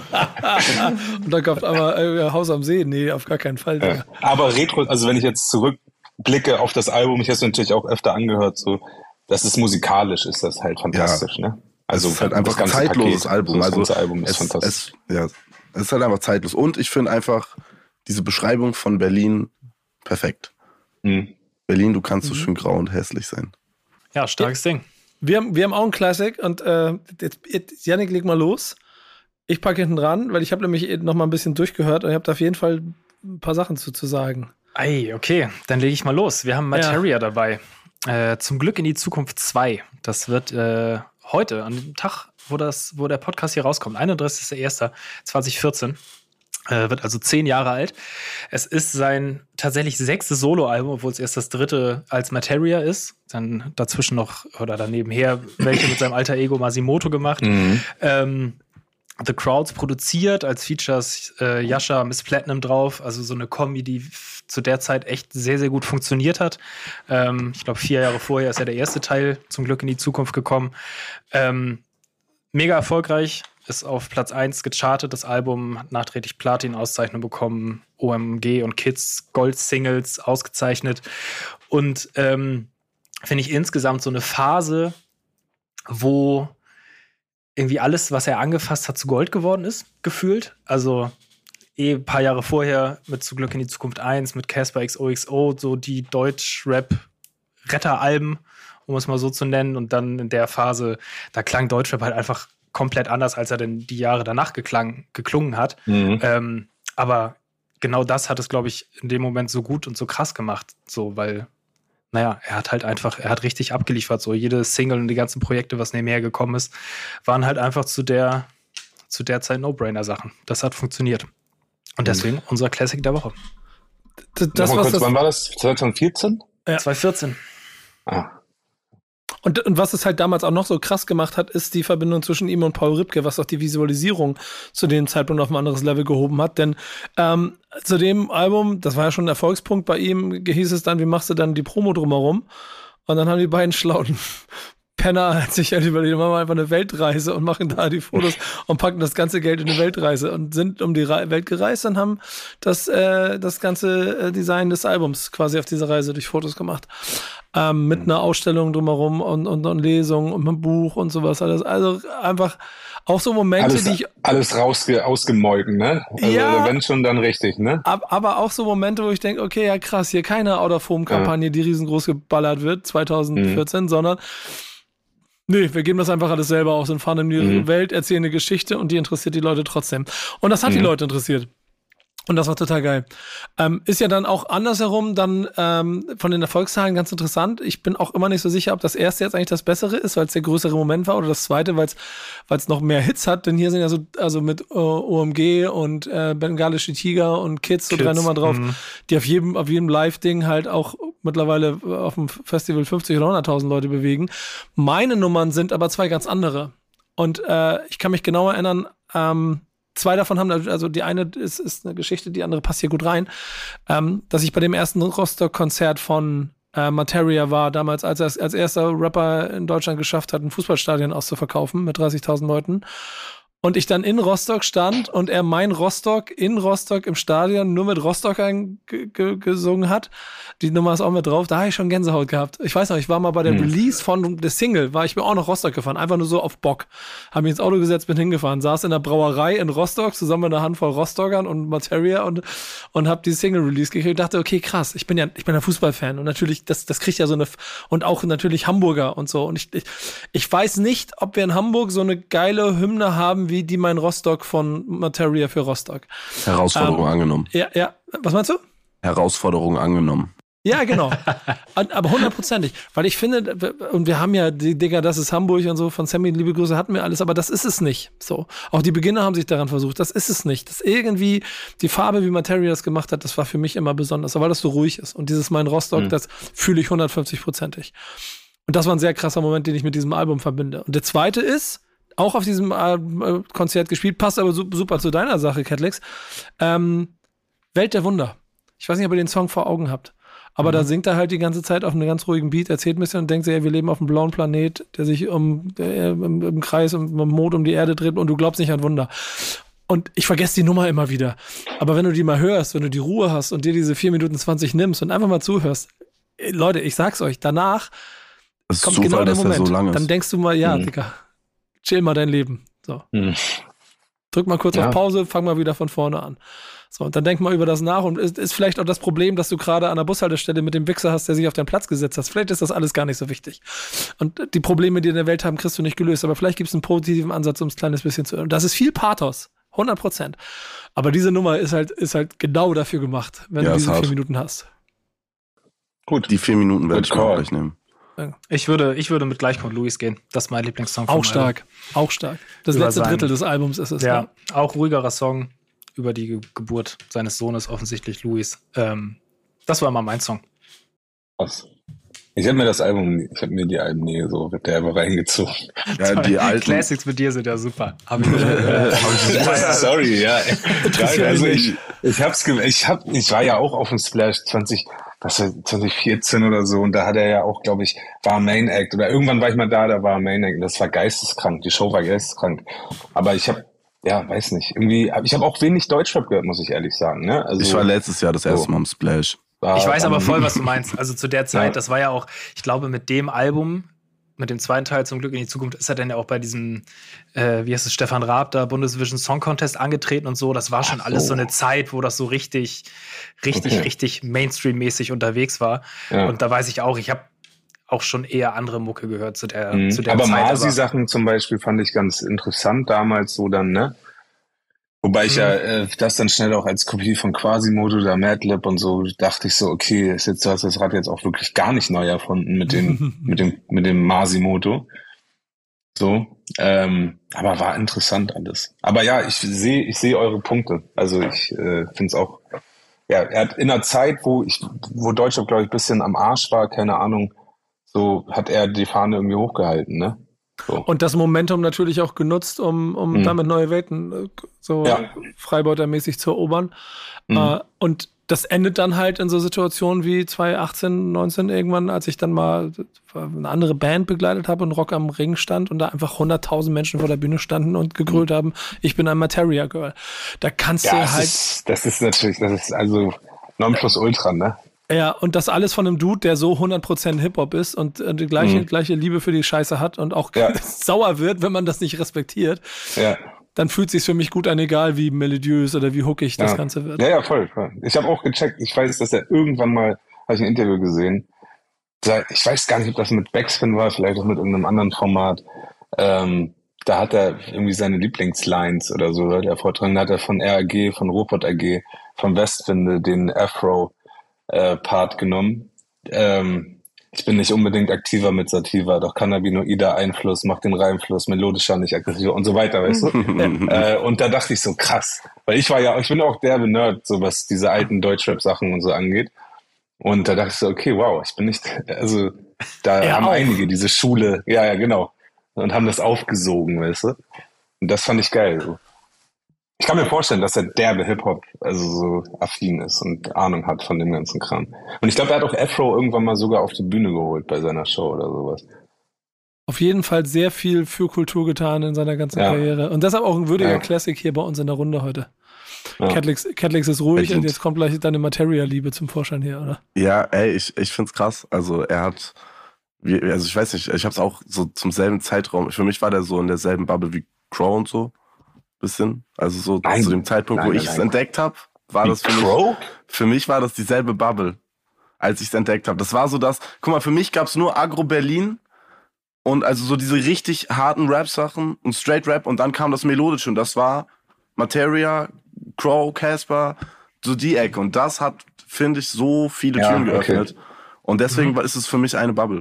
Und dann kommt aber Haus am See. Nee, auf gar keinen Fall. Ja. Aber Retro, also wenn ich jetzt zurückblicke auf das Album, ich habe es natürlich auch öfter angehört, so, das ist musikalisch, ist das halt fantastisch, ne? Also es ist halt einfach ein zeitloses Album. Das ganze Album ist fantastisch. Es ist halt einfach zeitlos. Und ich finde einfach diese Beschreibung von Berlin perfekt. Berlin, du kannst so schön grau und hässlich sein. Ja, starkes Ding. Wir haben auch einen Classic und jetzt, Yannick, leg mal los. Ich packe hinten dran, weil ich habe nämlich noch mal ein bisschen durchgehört und ich habe da auf jeden Fall ein paar Sachen zu sagen. Okay, dann lege ich mal los. Wir haben Materia dabei. Zum Glück in die Zukunft 2. Das wird heute, an dem Tag, wo der Podcast hier rauskommt, 31.01.2014. Wird also 10 Jahre alt. Es ist sein tatsächlich 6. Soloalbum, obwohl es erst das 3. als Materia ist. Dann dazwischen noch oder danebenher welche mit seinem alter Ego Masimoto gemacht. The Crowds produziert, als Features Yasha, Miss Platinum drauf. Also so eine Kombi, die zu der Zeit echt sehr, sehr gut funktioniert hat. Ich glaube, 4 Jahre vorher ist ja der erste Teil zum Glück in die Zukunft gekommen. Mega erfolgreich. Ist auf Platz 1 gechartet, das Album hat nachträglich Platin-Auszeichnung bekommen, OMG und Kids Gold-Singles ausgezeichnet und finde ich insgesamt so eine Phase, wo irgendwie alles, was er angefasst hat, zu Gold geworden ist, gefühlt. Also ein paar Jahre vorher mit Zu Glück in die Zukunft 1, mit Casper XOXO, so die Deutsch-Rap-Retteralben, um es mal so zu nennen, und dann in der Phase, da klang Deutschrap halt einfach komplett anders, als er denn die Jahre danach geklungen hat. Aber genau das hat es, glaube ich, in dem Moment so gut und so krass gemacht. So, weil, er hat richtig abgeliefert. So, jede Single und die ganzen Projekte, was nebenher gekommen ist, waren halt einfach zu der Zeit No-Brainer-Sachen. Das hat funktioniert. Und deswegen unser Classic der Woche. Wann war das? 2014? Ja. 2014. Und was es halt damals auch noch so krass gemacht hat, ist die Verbindung zwischen ihm und Paul Ripke, was auch die Visualisierung zu dem Zeitpunkt auf ein anderes Level gehoben hat. Denn zu dem Album, das war ja schon ein Erfolgspunkt bei ihm, hieß es dann, wie machst du dann die Promo drumherum? Und dann haben die beiden schlauen Penner sich halt überlegt, machen wir einfach eine Weltreise und machen da die Fotos und packen das ganze Geld in eine Weltreise und sind um die Welt gereist und haben das ganze Design des Albums quasi auf dieser Reise durch Fotos gemacht. Mit einer Ausstellung drumherum und Lesungen und einem Buch und sowas alles. Also einfach auch so Momente, alles ausgemolken, ne? Also wenn schon, dann richtig, ne? Aber auch so Momente, wo ich denke, okay, ja krass, hier keine Out-of-Home-Kampagne, die riesengroß geballert wird, 2014, sondern nee, wir geben das einfach alles selber aus und fahren in die Welt, erzählen eine Geschichte und die interessiert die Leute trotzdem. Und das hat die Leute interessiert. Und das war total geil. Ist ja dann auch andersherum dann von den Erfolgszahlen ganz interessant. Ich bin auch immer nicht so sicher, ob das erste jetzt eigentlich das Bessere ist, weil es der größere Moment war, oder das zweite, weil es noch mehr Hits hat. Denn hier sind ja so, also mit OMG und Bengalische Tiger und Kids, so 3 Nummern drauf, die auf jedem Live-Ding halt auch mittlerweile auf dem Festival 50 oder 100.000 Leute bewegen. Meine Nummern sind aber 2 ganz andere. Und ich kann mich genau erinnern, 2 davon haben, also die eine ist eine Geschichte, die andere passt hier gut rein, dass ich bei dem ersten Rostock-Konzert von Materia war, damals, als er es als erster Rapper in Deutschland geschafft hat, ein Fußballstadion auszuverkaufen mit 30.000 Leuten. Und ich dann in Rostock stand und er mein Rostock in Rostock im Stadion nur mit Rostockern gesungen hat. Die Nummer ist auch mit drauf. Da habe ich schon Gänsehaut gehabt. Ich weiß noch, ich war mal bei der Release von der Single, war ich mir auch nach Rostock gefahren. Einfach nur so auf Bock. Habe mich ins Auto gesetzt, bin hingefahren. Saß in der Brauerei in Rostock zusammen mit einer Handvoll Rostockern und Materia und habe die Single-Release gekriegt. Ich dachte, okay, krass. Ich bin ja Fußballfan. Und natürlich, das kriegt ja so eine, und auch natürlich Hamburger und so. Und ich weiß nicht, ob wir in Hamburg so eine geile Hymne haben, wie die mein Rostock von Materia für Rostock. Herausforderung angenommen. Ja. Was meinst du? Herausforderung angenommen. Ja, genau. Aber 100%. Weil ich finde, und wir haben ja die Digga, das ist Hamburg und so, von Sammy, liebe Grüße, hatten wir alles, aber das ist es nicht. So. Auch die Beginner haben sich daran versucht. Das ist es nicht. Das irgendwie, die Farbe, wie Materia das gemacht hat, das war für mich immer besonders, weil das so ruhig ist. Und dieses mein Rostock, das fühle ich 150%ig. Und das war ein sehr krasser Moment, den ich mit diesem Album verbinde. Und der zweite ist, auch auf diesem Konzert gespielt, passt aber super zu deiner Sache, Catlix. Welt der Wunder. Ich weiß nicht, ob ihr den Song vor Augen habt. Aber da singt er halt die ganze Zeit auf einem ganz ruhigen Beat, erzählt ein bisschen und denkt sich, wir leben auf einem blauen Planet, der sich im Kreis, im Mond um die Erde dreht und du glaubst nicht an Wunder. Und ich vergesse die Nummer immer wieder. Aber wenn du die mal hörst, wenn du die Ruhe hast und dir diese 4 Minuten 20 nimmst und einfach mal zuhörst, Leute, ich sag's euch, danach kommt genau der Moment. Dann denkst du mal, ja, Digga, chill mal dein Leben. So. Drück mal kurz auf Pause, fang mal wieder von vorne an. So, und dann denk mal über das nach und ist vielleicht auch das Problem, dass du gerade an der Bushaltestelle mit dem Wichser hast, der sich auf deinen Platz gesetzt hat. Vielleicht ist das alles gar nicht so wichtig. Und die Probleme, die in der Welt haben, kriegst du nicht gelöst. Aber vielleicht gibt es einen positiven Ansatz, um es ein kleines bisschen zu. Und das ist viel Pathos. 100%. Aber diese Nummer ist halt genau dafür gemacht, wenn du diese 4 Minuten hast. Gut. Die 4 Minuten werde ich mal gleich nehmen. Ich würde mit Gleichpunkt Louis gehen. Das ist mein Lieblingssong. Auch stark. Das letzte Drittel des Albums ist es. Ja, auch ruhigerer Song über die Geburt seines Sohnes, offensichtlich Louis. Das war mal mein Song. Was? Ich habe mir die Alben nie so mit der reingezogen. Ja, die alten Classics mit dir sind ja super. Sorry, ja. Also ich war ja auch auf dem Splash 2014 oder so und da hat er ja auch, glaube ich, war Main Act oder irgendwann war ich mal da war Main Act und das war geisteskrank, die Show war geisteskrank. Aber ich habe weiß nicht, irgendwie, ich habe auch wenig Deutschrap gehört, muss ich ehrlich sagen. Ne? Also, ich war letztes Jahr das erste Mal am Splash. Ich weiß aber voll, was du meinst. Also zu der Zeit, das war ja auch, ich glaube, mit dem Album, mit dem zweiten Teil zum Glück in die Zukunft, ist er dann ja auch bei diesem, wie heißt es, Stefan Raab, da Bundesvision Song Contest angetreten und so. Das war schon alles so eine Zeit, wo das so richtig Mainstream-mäßig unterwegs war. Ja. Und da weiß ich auch, ich habe auch schon eher andere Mucke gehört zu der Zeit. Aber Masi-Sachen zum Beispiel fand ich ganz interessant damals so dann, ne? Wobei ich das dann schnell auch als Kopie von Quasimodo oder Madlib und so dachte ich so, okay, du hast das Rad jetzt auch wirklich gar nicht neu erfunden mit dem Masimoto. So, aber war interessant alles. Aber ja, ich sehe eure Punkte. Also ich finde es auch, er hat in einer Zeit, wo Deutschland, glaube ich, ein bisschen am Arsch war, keine Ahnung, so hat er die Fahne irgendwie hochgehalten, ne? So. Und das Momentum natürlich auch genutzt, um damit neue Welten freibeutermäßig zu erobern. Und das endet dann halt in so Situationen wie 2018, 19 irgendwann, als ich dann mal eine andere Band begleitet habe und Rock am Ring stand und da einfach 100.000 Menschen vor der Bühne standen und gegrölt haben, ich bin ein Materia Girl. Da kannst du halt... Das ist also Nonplusultra, ne? Ja, und das alles von einem Dude, der so 100% Hip-Hop ist und die gleiche Liebe für die Scheiße hat und auch sauer wird, wenn man das nicht respektiert. Ja. Dann fühlt es sich für mich gut an, egal wie melodiös oder wie hookig das Ganze wird. Ja, voll. Ich habe auch gecheckt, ich weiß, dass er irgendwann mal, habe ich ein Interview gesehen, ich weiß gar nicht, ob das mit Backspin war, vielleicht auch mit irgendeinem anderen Format, da hat er irgendwie seine Lieblingslines oder so, hat er vortragen, da hat er von RAG, von Ruhrpott AG, vom Westwinde den Afro-Part genommen. Ich bin nicht unbedingt aktiver mit Sativa, doch Cannabinoide-Einfluss macht den Reimfluss melodischer, nicht aggressiver und so weiter, weißt du? Und da dachte ich so, krass. Weil ich bin auch derbe Nerd, so was diese alten Deutschrap-Sachen und so angeht. Und da dachte ich so, okay, wow, ich bin nicht, also da haben auch einige diese Schule, ja, genau, und haben das aufgesogen, weißt du? Und das fand ich geil. So. Ich kann mir vorstellen, dass er derbe Hip-Hop, also so affin ist und Ahnung hat von dem ganzen Kram. Und ich glaube, er hat auch Afro irgendwann mal sogar auf die Bühne geholt bei seiner Show oder sowas. Auf jeden Fall sehr viel für Kultur getan in seiner ganzen Karriere. Und deshalb auch ein würdiger Classic hier bei uns in der Runde heute. Ja. Catlix ist ruhig und jetzt kommt gleich deine Materia-Liebe zum Vorschein hier, oder? Ja, ey, ich find's krass. Also er hat, also ich weiß nicht, ich hab's auch so zum selben Zeitraum, für mich war der so in derselben Bubble wie Crow und so, bisschen. Also so zu dem Zeitpunkt, wo ich es entdeckt habe, war das für mich war das dieselbe Bubble, als ich es entdeckt habe. Das war so das, guck mal, für mich gab's nur Agro Berlin und also so diese richtig harten Rap-Sachen und Straight-Rap und dann kam das Melodische und das war Materia, Crow, Casper, so die Ecke. Und das hat, finde ich, so viele Türen geöffnet. Okay. Und deswegen ist es für mich eine Bubble.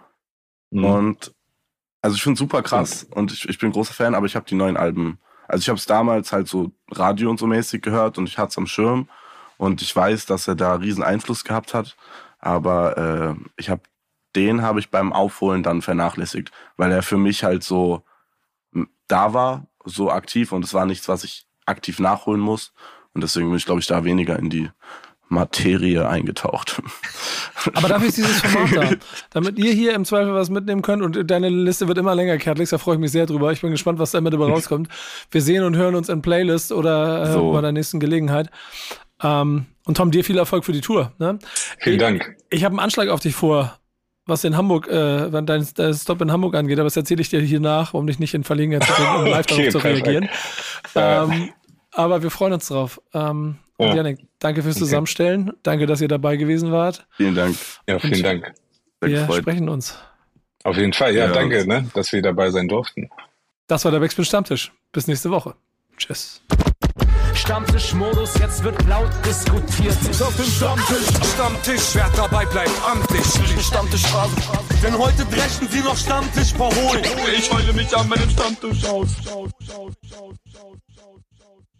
Und also ich finde es super krass und ich bin großer Fan, aber ich habe die neuen Alben, also ich habe es damals halt so Radio und so mäßig gehört und ich hatte es am Schirm und ich weiß, dass er da riesen Einfluss gehabt hat, aber den habe ich beim Aufholen dann vernachlässigt, weil er für mich halt so da war, so aktiv und es war nichts, was ich aktiv nachholen muss. Und deswegen bin ich, glaube ich, da weniger in die Materie eingetaucht. Aber dafür ist dieses Format da. Damit ihr hier im Zweifel was mitnehmen könnt und deine Liste wird immer länger, Catlix, da freue ich mich sehr drüber. Ich bin gespannt, was da immer dabei rauskommt. Wir sehen und hören uns in Playlist oder bei der nächsten Gelegenheit. Und Tom, dir viel Erfolg für die Tour. Ne? Vielen Dank. Ich habe einen Anschlag auf dich vor, was in Hamburg, dein Stop in Hamburg angeht, aber das erzähle ich dir hier nach, um dich nicht in Verlegenheit zu bringen, um live darauf zu reagieren. Aber wir freuen uns drauf. Und Yannick, danke fürs Zusammenstellen. Danke, dass ihr dabei gewesen wart. Vielen Dank. Ja, vielen Dank. Wir sprechen uns. Auf jeden Fall, danke, ne, dass wir dabei sein durften. Das war der Backspin Stammtisch. Bis nächste Woche. Tschüss. Stammtischmodus, jetzt wird laut diskutiert. Auf dem Stammtisch, wer dabei bleibt, amtlich. Stammtischphase, denn heute brechen sie noch Stammtisch verholen. Ich heule mich an meinem Stammtisch aus.